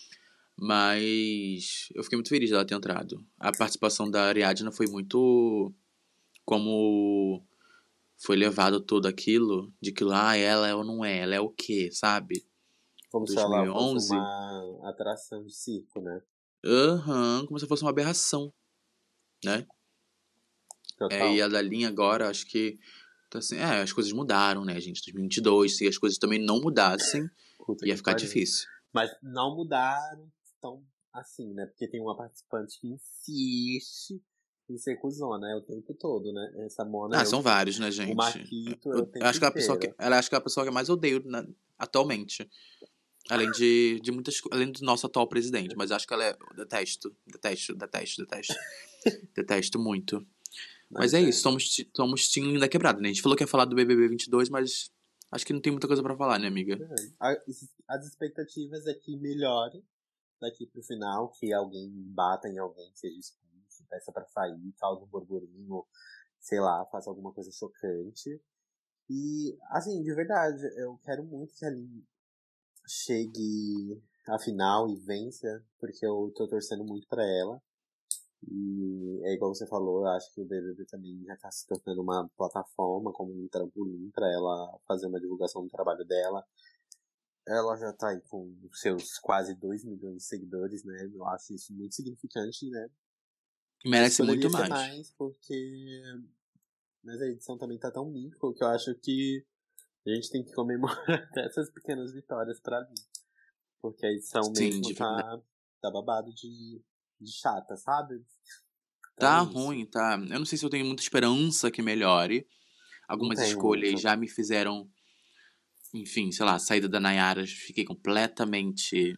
mas eu fiquei muito feliz dela ter entrado. A participação da Ariadna foi muito como foi levado tudo aquilo, de que lá ela ou não é, ela é o quê, sabe?
Como se ela fosse
dois mil e onze.
uma atração de circo, né?
Aham, como se fosse uma aberração, né? É,
Total.
e a da linha agora, acho que tá assim, é, as coisas mudaram, né, gente? dois mil e vinte e dois, se as coisas também não mudassem,
Puta
ia
que
ficar
pariu.
difícil.
Mas não mudaram tão assim, né? Porque tem uma participante que insiste em ser cuzona, né? O tempo todo, né? Essa Mona
Ah,
é o,
são vários, né,
o
gente?
Marquito é
Eu,
o
eu
tempo
acho que é a pessoa que,
inteiro.
ela acho que é a pessoa que eu mais odeio na- atualmente. Além de, de muitas co- além do nosso atual presidente, mas acho que ela é, eu detesto, detesto, detesto, detesto. Detesto muito. Mas,
Mas
é
é.
isso, somos, ti- somos Team Linda Quebrada, né? A gente falou que ia falar do B B B vinte e dois, mas acho que não tem muita coisa pra falar, né, amiga?
É. A- As expectativas é que melhore daqui pro final, que alguém bata em alguém, seja expulso, peça pra sair, cause um burburinho, sei lá, faça alguma coisa chocante. E, assim, de verdade, eu quero muito que a Lin chegue à final e vença, porque eu tô torcendo muito pra ela. E é igual você falou, eu acho que o B B B também já tá se tornando uma plataforma, como um trampolim pra ela fazer uma divulgação do trabalho dela. Ela já tá aí com seus quase dois milhões de seguidores, né? Eu acho isso muito significante, né?
Merece
Mas
muito
poderia ser
mais.
mais, porque... Mas a edição também tá tão mico que eu acho que a gente tem que comemorar essas pequenas vitórias pra mim. Porque a edição
Sim,
mesmo
de
tá,
verdade.
tá babado de, de chata, sabe? Então
Tá
é isso.
ruim, tá? Eu não sei se eu tenho muita esperança que melhore.
Não
Algumas
tenho
escolhas
muito.
já me fizeram, enfim, sei lá, a saída da Nayara, fiquei completamente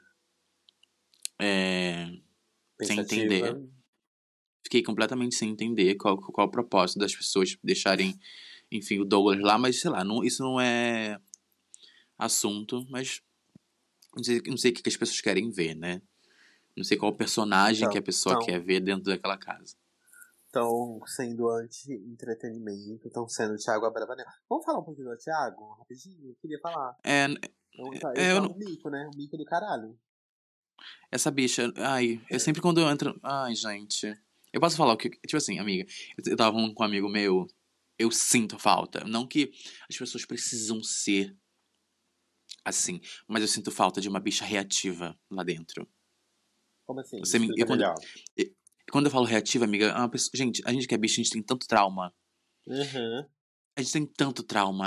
é, sem
Pensativa.
entender. Fiquei completamente sem entender qual, qual o propósito das pessoas deixarem, enfim, o Douglas lá, mas sei lá, não, isso não é assunto, mas não sei, não sei o que que as pessoas querem ver, né? Não sei qual o personagem que a
Então,
pessoa
então,
quer ver dentro daquela casa.
estão sendo anti-entretenimento, estão sendo o Thiago Abravanel. Vamos falar um pouquinho do Thiago, rapidinho? Eu queria falar.
É,
Então, ele tá,
é,
ele
eu
tá
não,
um mico, né? Um mico do caralho.
essa bicha, ai, é sempre quando eu entro. Ai, gente. Eu posso falar o que. Tipo assim, amiga, eu eu tava falando com um amigo meu, eu sinto falta. Não que as pessoas precisam ser assim, mas eu sinto falta de uma bicha reativa lá dentro.
Como assim?
Você me, eu,
Explica
quando,
melhor.
eu- quando eu falo reativa, amiga, é uma pessoa, gente, a gente que é bicha, a gente tem tanto trauma.
Uhum.
A gente tem tanto trauma.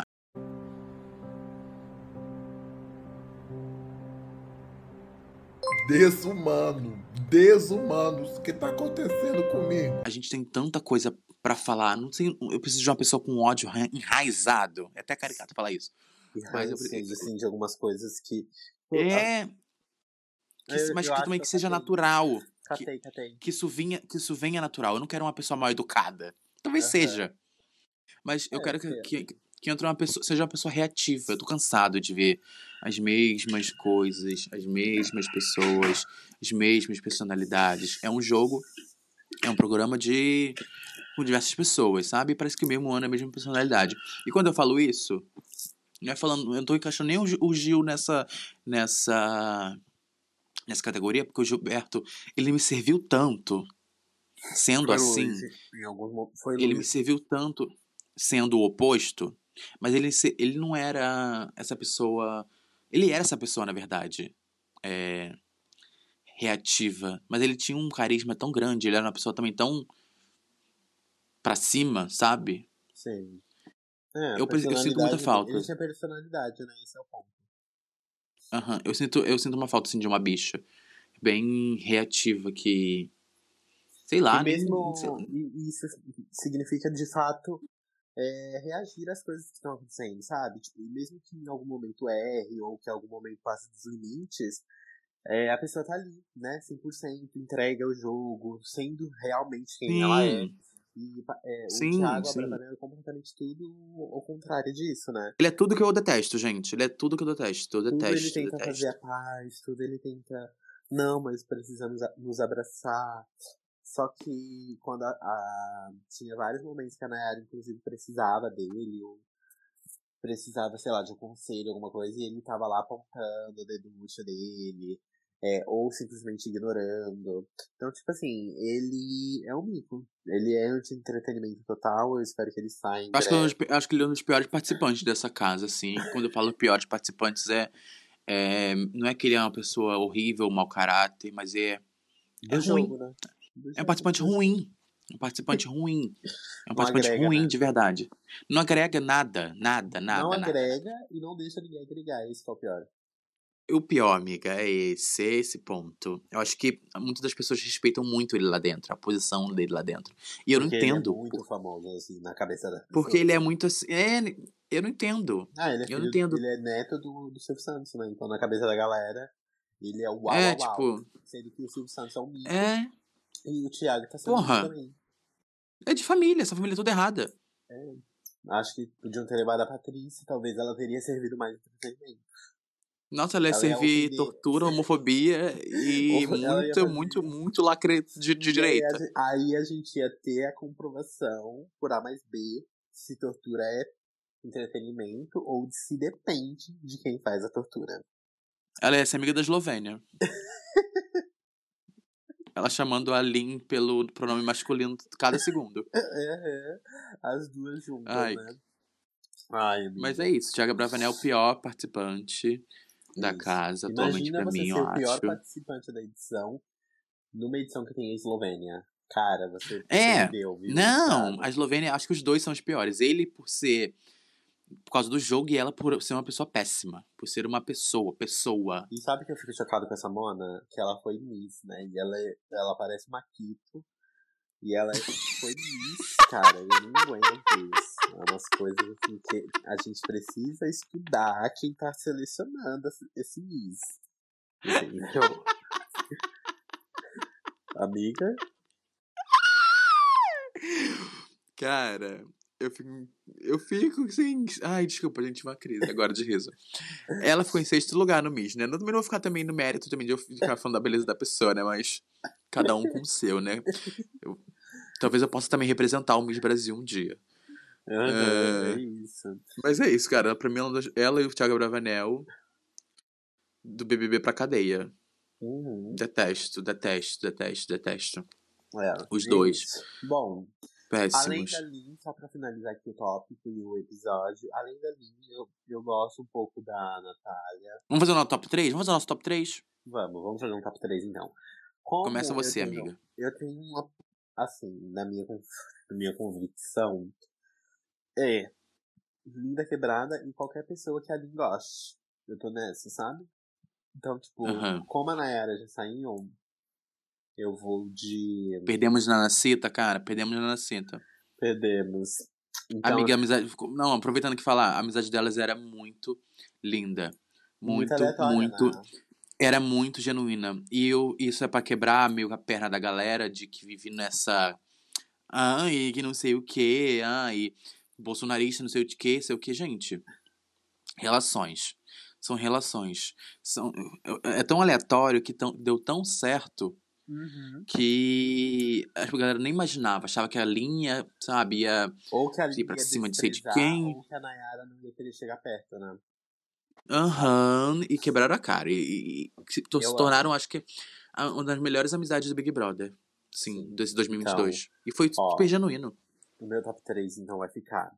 Desumano, desumano. O que tá acontecendo comigo?
A gente tem tanta coisa pra falar. Não sei, eu preciso de uma pessoa com ódio ra- enraizado. É até caricato falar isso.
E
Mas eu,
ranços, assim, de algumas coisas que...
é. Que,
Eu,
mas
eu
que
acho
também
que
que
eu
seja
catei.
natural. Que,
Catei, catei.
que, isso vinha, que isso venha natural. Eu não quero uma pessoa mal educada. Talvez
Aham.
seja. Mas eu
É,
quero que,
porque-
que, que entra uma pessoa, seja uma pessoa reativa. Eu tô cansado de ver as mesmas coisas, as mesmas pessoas, as mesmas personalidades. É um jogo, é um programa de com diversas pessoas, sabe? Parece que o mesmo ano é a mesma personalidade. E quando eu falo isso, não é falando, eu não tô encaixando nem o Gil- o Gil nessa nessa nessa categoria, porque o Gilberto, ele me serviu tanto sendo
Foi
assim,
Luiz, em alguns momentos. Foi
ele me
Luiz.
serviu tanto sendo o oposto, mas ele se- ele não era essa pessoa, ele era essa pessoa na verdade, é, reativa, mas ele tinha um carisma tão grande, ele era uma pessoa também tão pra cima, sabe?
Sim. É, a
Eu, pre- eu sinto muita
personalidade. de- Ele
falta.
tinha personalidade, né? Esse é o ponto.
Aham, Eu sinto, eu sinto uma falta, assim, de uma bicha bem reativa que, sei
Que
lá, nem... sei-
mesmo. E e isso significa, de fato, é, reagir às coisas que estão acontecendo, sabe? Tipo, e mesmo que em algum momento erre ou que em algum momento passe dos limites, é, a pessoa tá ali, né? cem por cento entrega o jogo, sendo realmente quem ela é.
Sim,
E pa- é, o
sim,
Thiago
sim.
Abravanel é completamente tudo ao contrário disso, né?
Ele é tudo que eu detesto, gente. Ele é tudo que eu detesto. Eu
Tudo ele
detesto,
tenta fazer a
detesto.
paz, tudo ele tenta. Não, mas precisamos a- nos abraçar. Só que quando a, a- tinha vários momentos que a Nayara, inclusive, precisava dele, ou precisava, sei lá, de um conselho, alguma coisa, e ele tava lá apontando o dedo no bucho dele, é, ou simplesmente ignorando. Então, tipo assim, ele é um mico. Ele é anti-entretenimento total, eu espero que ele saia em
Acho que, ele é um dos
breve.
pi- acho que ele é um dos piores participantes dessa casa, assim. Quando eu falo piores participantes, é, é... Não é que ele é uma pessoa horrível, mau caráter, mas é, é
Do
ruim.
jogo, né? Do
É um
jogo,
participante
do jogo.
ruim. É um participante ruim. É um
Não
participante
agrega,
ruim
né?
de verdade. Não agrega nada, nada,
Não
nada, nada, nada.
agrega e não deixa ninguém agregar, esse que é o pior.
E o pior, amiga, é esse, é esse ponto. Eu acho que muitas das pessoas respeitam muito ele lá dentro, a posição dele lá dentro. E eu não
Porque ele é
entendo.
muito
Por,
famoso, assim, na cabeça das
porque ele
pessoas.
é muito assim. É, eu não entendo.
Ah, ele é
Eu não
filho,
entendo.
ele é neto do, do Silvio Santos, né? Então, na cabeça da galera, ele é o uau,
É,
uau, uau.
tipo.
Sendo que o Silvio Santos é um mico
É.
e o Thiago tá sendo mico
Porra.
também.
É de família, essa família é toda errada.
É. Acho que podiam ter levado a Patrícia, talvez ela teria servido mais entretenimento.
Nossa, ela ia
Ela ia
servir
ofender.
tortura, homofobia e
Ou ela ia
muito, muito,
fazer.
muito lacre de, de
E aí a,
direita.
gen- aí a gente ia ter a comprovação por A mais B se tortura é entretenimento ou se depende de quem faz a tortura.
Ela ia ser amiga da Eslovênia. Ela chamando a Lin pelo pronome masculino cada segundo.
É, é, as duas juntas,
Ai,
né? Ai,
mas
amiga.
é isso. Thiago Bravanel é o pior participante da
Isso.
casa, atualmente
Imagina
pra
você
mim,
ser
eu
o pior
acho.
participante da edição numa edição que tem a Eslovênia. Cara, você
É,
perdeu, viu,
não,
Thiago?
a Eslovênia, acho que os dois são os piores. Ele por ser, por causa do jogo, e ela por ser uma pessoa péssima. Por ser uma pessoa, pessoa.
E sabe que eu fico chocado com essa Mona? Que ela foi Miss, né? E ela, é- ela parece Maquito. E ela foi Miss, cara. Eu não aguento isso. É umas coisas assim que a gente precisa estudar quem tá selecionando esse- esse Miss. Entendeu? Amiga?
Cara, eu fico, eu fico sem... Ai, desculpa, gente, uma crise agora de riso. Ela ficou em sexto lugar no Miss, né? Eu também não vou ficar também no mérito também de eu ficar falando da beleza da pessoa, né? Mas cada um com o seu, né? Eu- talvez eu possa também representar o Miss Brasil um dia.
Aham, é
É,
isso.
mas é isso, cara. Pra mim, ela ela e o Thiago Bravanel do B B B pra cadeia.
Uhum.
Detesto, detesto, detesto, detesto.
É,
Os
é
dois.
isso. Bom, além da
Péssimos.
Lin, só pra finalizar aqui o tópico e o episódio, além da Lin, eu, eu gosto um pouco da Natália.
Vamos fazer o nosso top três? Vamos fazer o nosso top três?
Vamos, vamos fazer um top três então. Como
Começa
eu
você,
tenho,
amiga.
eu tenho uma, assim, na minha, con- na minha convicção, é Linda Quebrada e qualquer pessoa que a Lin goste. Eu tô nessa, sabe? Então, tipo,
Aham.
como a Nayara já saiu, eu vou de.
Perdemos na Nanacita, cara. Perdemos na Nanacita.
Perdemos. Então,
Amiga, a amizade. Não, aproveitando que falar, a amizade delas era muito linda.
muito
Muito,
aleatória,
muito.
né?
Era muito genuína. E eu, isso é pra quebrar meio a perna da galera de que vive nessa. Ai, que não sei o quê. Ai. bolsonarista, não sei o que, sei o que, gente. Relações. São relações. São, é tão aleatório que tão, deu tão certo
Uhum.
que a galera nem imaginava. Achava que a linha, sabe, ia
Ou que a
ir
Lin
pra
ia
cima de sei de
desprezar,
quem.
ou que a Nayara não ia querer chegar perto, né?
Aham, e quebraram a cara. E, e- e se, to- se
Eu
tornaram,
amo.
acho que, a- uma das melhores amizades do Big Brother. Sim,
Sim.
desse dois mil e vinte e
Então,
dois. E foi
ó,
super genuíno.
o meu top três então vai ficar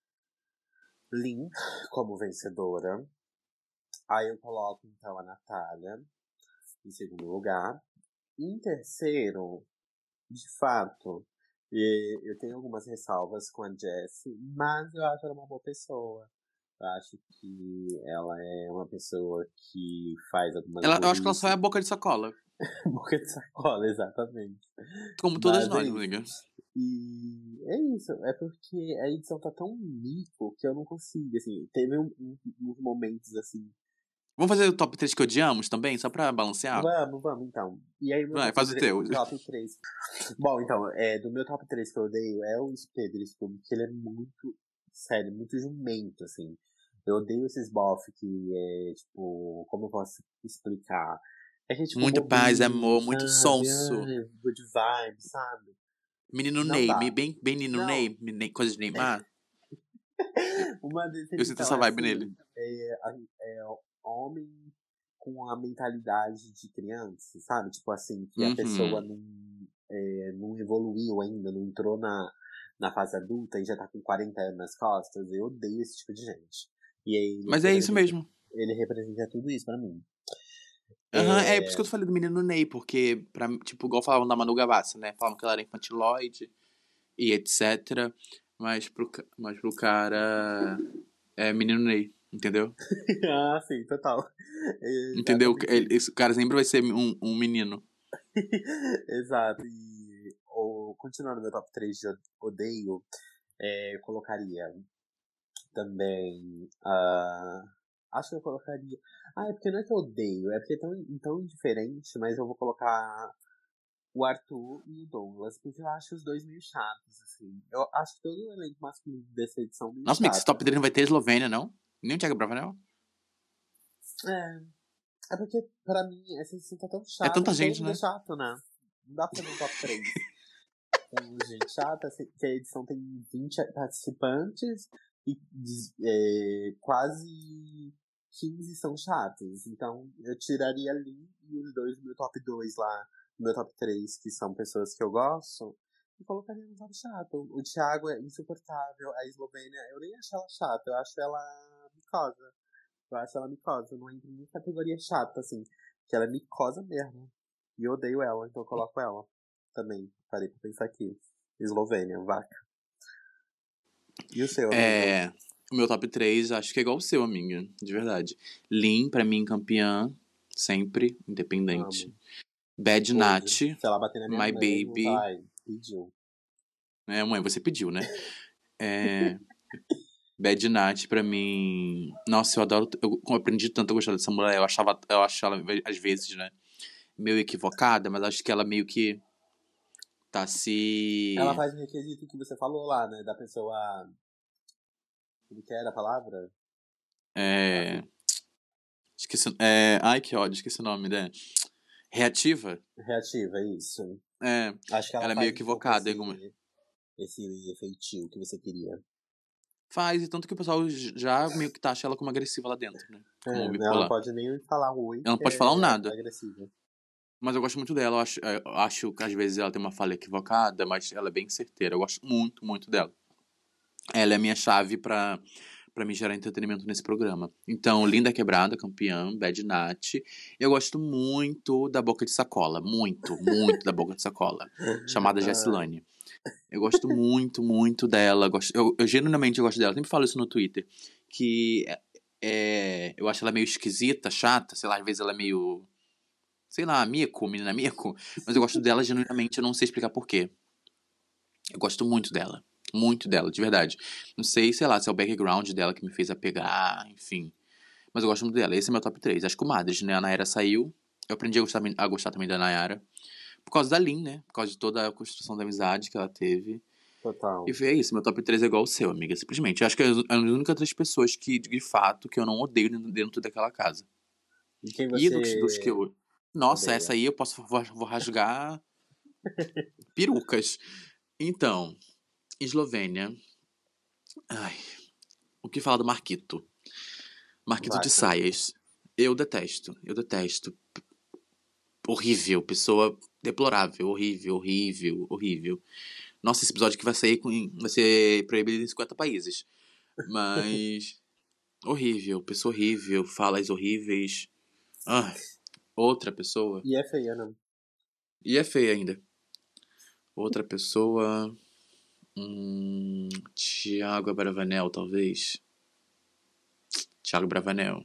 Lin como vencedora. Aí eu coloco então a Natália em segundo lugar. Em terceiro, de fato, e eu tenho algumas ressalvas com a Jessie, mas eu acho ela uma boa pessoa. Eu acho que ela é uma pessoa que faz algumas
Ela, eu acho que ela só é a
burrices.
boca de sacola.
Boca de sacola, exatamente.
Como todas
Mas é
nós,
isso.
amiga.
E é isso, é porque a edição tá tão mico que eu não consigo, assim, teve um- um- uns momentos assim.
Vamos fazer o top três que odiamos também, só pra balancear?
Vamos, vamos então. E aí, meu
Vai,
top,
faz o
tre-
teu.
top três. Bom, então, é, do meu top três que eu odeio é o Pedro Scooby, que ele é muito, sério, muito jumento, assim. Eu odeio esses bof que é, tipo, como eu posso explicar? É que é, tipo,
Muita paz,
bobinho,
amor, muito
sabe?
sonso.
Ai, good vibe, sabe?
Menino
Não
Ney,
dá.
me- bem, bem Menino
Não.
Ney, Ney, coisa de Neymar.
Uma dessas,
Eu sinto
então,
essa
é
vibe
assim,
nele.
é, a- é homem com a mentalidade de criança, sabe? Tipo assim, que a pessoa
Uhum.
não, é, não evoluiu ainda, não entrou na, na fase adulta e já tá com quarenta anos nas costas. Eu odeio esse tipo de gente. E aí ele
Mas é isso
representa,
mesmo.
ele representa tudo isso pra mim.
Aham, é por isso
É,
que eu falei do Menino Ney, porque, pra, mim, tipo, igual falavam da Manu Gavassi, né? Falavam que ela era infantiloide e etcétera. Mas pro, ca- mas pro cara é Menino Ney, entendeu?
ah, sim, total.
Entendeu?
Exatamente
Ele-
isso.
Esse cara sempre vai ser um, um menino.
Exato. E o, continuando meu top três de odeio, é, eu colocaria também. ah, acho que eu colocaria. Ah, é porque não é que eu odeio, é porque é tão, tão indiferente, mas eu vou colocar o Arthur e o Douglas, porque eu acho os dois meio chatos, assim. Eu acho que todo o elenco masculino dessa edição é meio
Nossa, amigo, esse
chato.
top três não vai ter Eslovênia, não? Nem o Thiago Bravanel?
É. É porque, pra mim, essa edição tá tão
É
chata
tanta
que todo
gente,
mundo é
né?
chato, né? Não dá pra fazer um top três. Então, gente chata, assim, que a edição tem vinte participantes e é, quase quinze são chatos. Então, eu tiraria ali e os dois do meu top dois lá, do meu top três, que são pessoas que eu gosto, e colocaria no top chato. O Thiago é insuportável, a Eslovênia, eu nem acho ela chata, eu acho ela micosa. Eu acho ela micosa, não entra em categoria chata, assim, que ela é micosa mesmo. E eu odeio ela, então eu coloco ela também. Parei pra pensar aqui. Eslovênia, vaca. E o seu, amigo?
É. O meu top três acho que é igual o seu, amiga. De verdade. Lin, pra mim, campeã. Sempre. Independente.
Amo.
Bad
Hoje,
Nat.
se ela bater na minha
My
mãe, eu vou
Baby.
falar, ai, pediu.
É, mãe, você pediu, né? É. Bad Nat, pra mim. Nossa, eu adoro. Eu aprendi tanto a gostar dessa mulher. Eu achava. Eu acho ela, às vezes, né? Meio equivocada, mas acho que ela meio que tá se.
Ela faz o requisito que você falou lá, né? Da pessoa. Como que era a palavra?
É. Esqueci. É... Ai, que ódio, esqueci o nome, né? Reativa.
Reativa, isso.
É.
Acho que ela,
Ela é
faz
meio
um pouco
equivocada.
esse,
em alguma-
esse efeitinho que você queria.
Faz, e tanto que o pessoal já meio que taxa ela como agressiva lá dentro, né? Como
É,
o
ela não
bipolar.
pode nem falar um oi,
Ela não
que
pode falar um
é
nada.
agressiva.
Mas eu gosto muito dela. Eu acho, eu acho que às vezes ela tem uma fala equivocada, mas ela é bem certeira. Eu gosto muito, muito dela. Ela é a minha chave pra, pra me gerar entretenimento nesse programa. Então, Linda Quebrada, campeã, Bad Nat. Eu gosto muito da Boca de Sacola. Muito, muito da Boca de Sacola. Chamada Jessilane. Eu gosto muito, muito dela. Gosto, eu, eu genuinamente gosto dela. Eu sempre falo isso no Twitter. Que é, eu acho ela meio esquisita, chata. Sei lá, às vezes ela é meio... Sei lá, mico, menina mico. Mas eu gosto dela genuinamente. Eu não sei explicar por quê. Eu gosto muito dela. Muito dela, de verdade. Não sei, sei lá, se é o background dela que me fez apegar, enfim. Mas eu gosto muito dela. Esse é meu top três. As comadres, né? A Nayara saiu. Eu aprendi a gostar, a gostar também da Nayara. Por causa da Lin, né? Por causa de toda a construção da amizade que ela teve.
Total.
E é isso, meu top três é igual ao seu, amiga, simplesmente. Eu acho que é as únicas três pessoas que, de fato, que eu não odeio dentro daquela casa.
E quem
E dos,
você
dos que eu... Nossa,
odeia?
essa aí eu posso vou, vou rasgar perucas. Então, Eslovênia. Ai, o que fala do Marquito? Marquito de
Vaca.
saias. Eu detesto, eu detesto. Horrível, pessoa deplorável, horrível, horrível, horrível. Nossa, esse episódio que vai sair com, vai ser proibido em cinquenta países. Mas horrível, pessoa horrível, falas horríveis. Ah, outra pessoa.
E é feia, não?
E é feia ainda. Outra pessoa. Hum, Thiago Bravanel, talvez. Thiago Bravanel.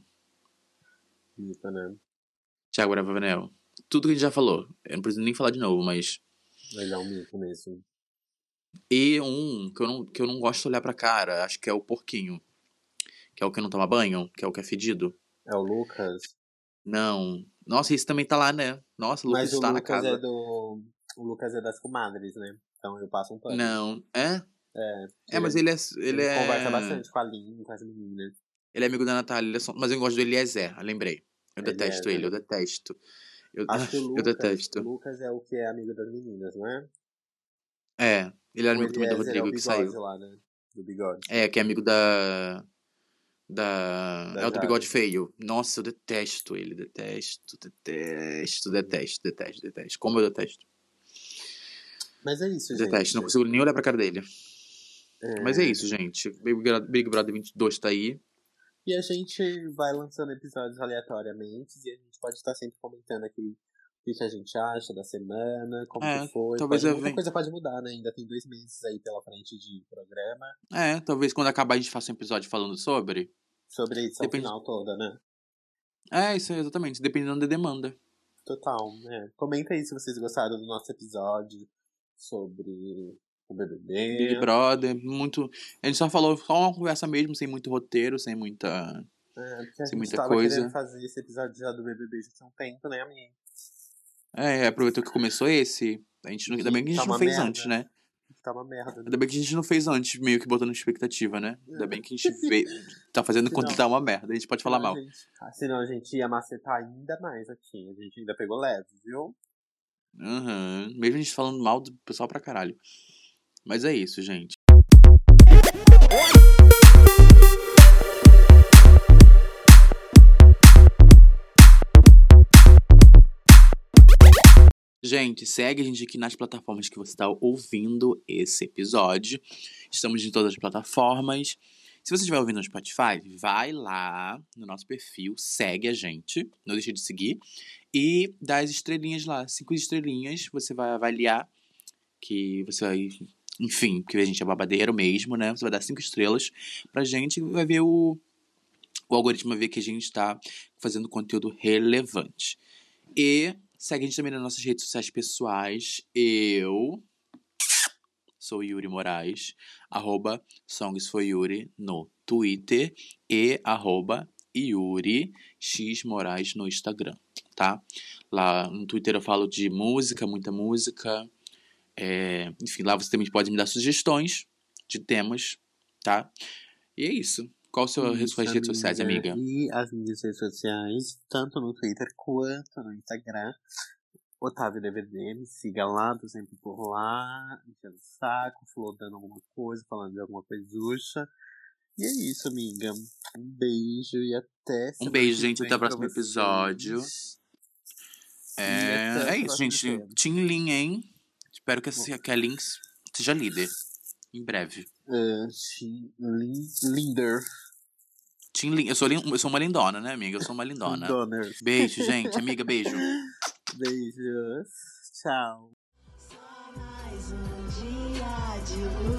Isso, né?
Thiago Bravanel. Tudo que a gente já falou. Eu não preciso nem falar de novo, mas.
Mas é um mito mesmo.
E um que eu não, que eu não gosto de olhar pra cara, acho que é o porquinho. Que é o que não toma banho, que é o que é fedido.
É o Lucas.
Não. Nossa, esse também tá lá, né? Nossa, o Lucas
Mas o
está na
Lucas
casa.
é do. O Lucas é das comadres, né? Então eu passo um pano.
Não. É?
É.
É, mas ele é. Ele,
Ele
é...
conversa bastante com a Lin, com as meninas.
Ele é amigo da Natália, ele é só... mas eu gosto do Eliezer, eu lembrei. Eu
Ele
detesto
é,
ele,
né?
eu detesto. Eu,
Acho que o
eu
Lucas,
detesto.
o Lucas é o que é amigo das meninas, não é?
É, ele era
O
amigo também do
Eliezer é o
Rodrigo que
bigode
saiu.
lá, né? Do bigode.
É, que é amigo da. Da.
Da
É o do
Jade.
bigode feio. Nossa, eu detesto ele, detesto, detesto, detesto, detesto, detesto. Como eu detesto.
Mas é isso,
Detesto,
gente.
não consigo nem olhar pra cara dele.
É...
Mas é isso, gente. Big Brother, Big Brother vinte e dois tá aí.
E a gente vai lançando episódios aleatoriamente e a gente pode estar sempre comentando aqui o que, que a gente acha da semana, como
É,
que foi.
talvez
Pode,
eu
muita
venha-
coisa pode mudar, né? Ainda tem dois meses aí pela frente de programa.
É, talvez quando acabar a gente faça um episódio falando sobre.
Sobre a edição
Depende-
final toda, né?
É, isso aí, exatamente. Dependendo da demanda.
Total, né? Comenta aí se vocês gostaram do nosso episódio sobre o B B B.
Big Brother, muito. A gente só falou, só uma conversa mesmo, sem muito roteiro, sem muita.
É, porque a
Sem
gente
muita
tava
coisa.
querendo fazer esse episódio já do B B B já tinha um tempo, né, amigo?
É, aproveitou que começou esse. A gente não... Ainda bem que a gente
Tá
não
uma
fez
merda.
antes, né?
Tá uma merda. Né?
Ainda bem que a gente não fez antes, meio que botando expectativa, né? Ainda bem que a gente vê... tá fazendo enquanto
Senão-
tá uma merda. A gente pode falar
Senão
mal.
a gente- ah, senão a gente ia macetar ainda mais aqui. A gente ainda pegou leve, viu?
Uhum. Mesmo a gente falando mal do pessoal pra caralho. Mas é isso, gente. Gente, segue a gente aqui nas plataformas que você está ouvindo esse episódio. Estamos em todas as plataformas. Se você estiver ouvindo no Spotify, vai lá no nosso perfil, segue a gente, não deixa de seguir. E dá as estrelinhas lá, cinco estrelinhas, você vai avaliar que você vai... Enfim, porque a gente é babadeiro mesmo, né? Você vai dar cinco estrelas pra gente e vai ver o... O algoritmo vai ver que a gente tá fazendo conteúdo relevante. E segue a gente também nas nossas redes sociais pessoais. Eu sou Yuri Moraes, arroba Songs for Yuri no Twitter e arroba Yuri X Moraes no Instagram, tá? Lá no Twitter eu falo de música, muita música. É, enfim, lá você também pode me dar sugestões de temas, tá? E é isso. Qual são as suas redes sociais, amiga?
E as minhas redes sociais, tanto no Twitter quanto no Instagram. Otávio D V D, me siga lá, tô sempre por lá, enchendo o saco, flodando alguma coisa, falando de alguma coisucha. E é isso, amiga. Um beijo e até
Um
semana
beijo,
que
gente.
vem
Até o
pra
próximo
vocês.
episódio.
E até
É,
o
é isso,
próximo
gente.
tema.
Team Lin, hein? Espero que, esse, que a Lin seja líder. Em breve.
Uh, she, Lin, Linder.
Team Lin. Eu sou, lin, eu sou uma lindona, né, amiga? Eu sou uma lindona.
Lindoners.
Beijo, gente. Amiga, beijo.
Beijos. Tchau.
Mais um dia de luz.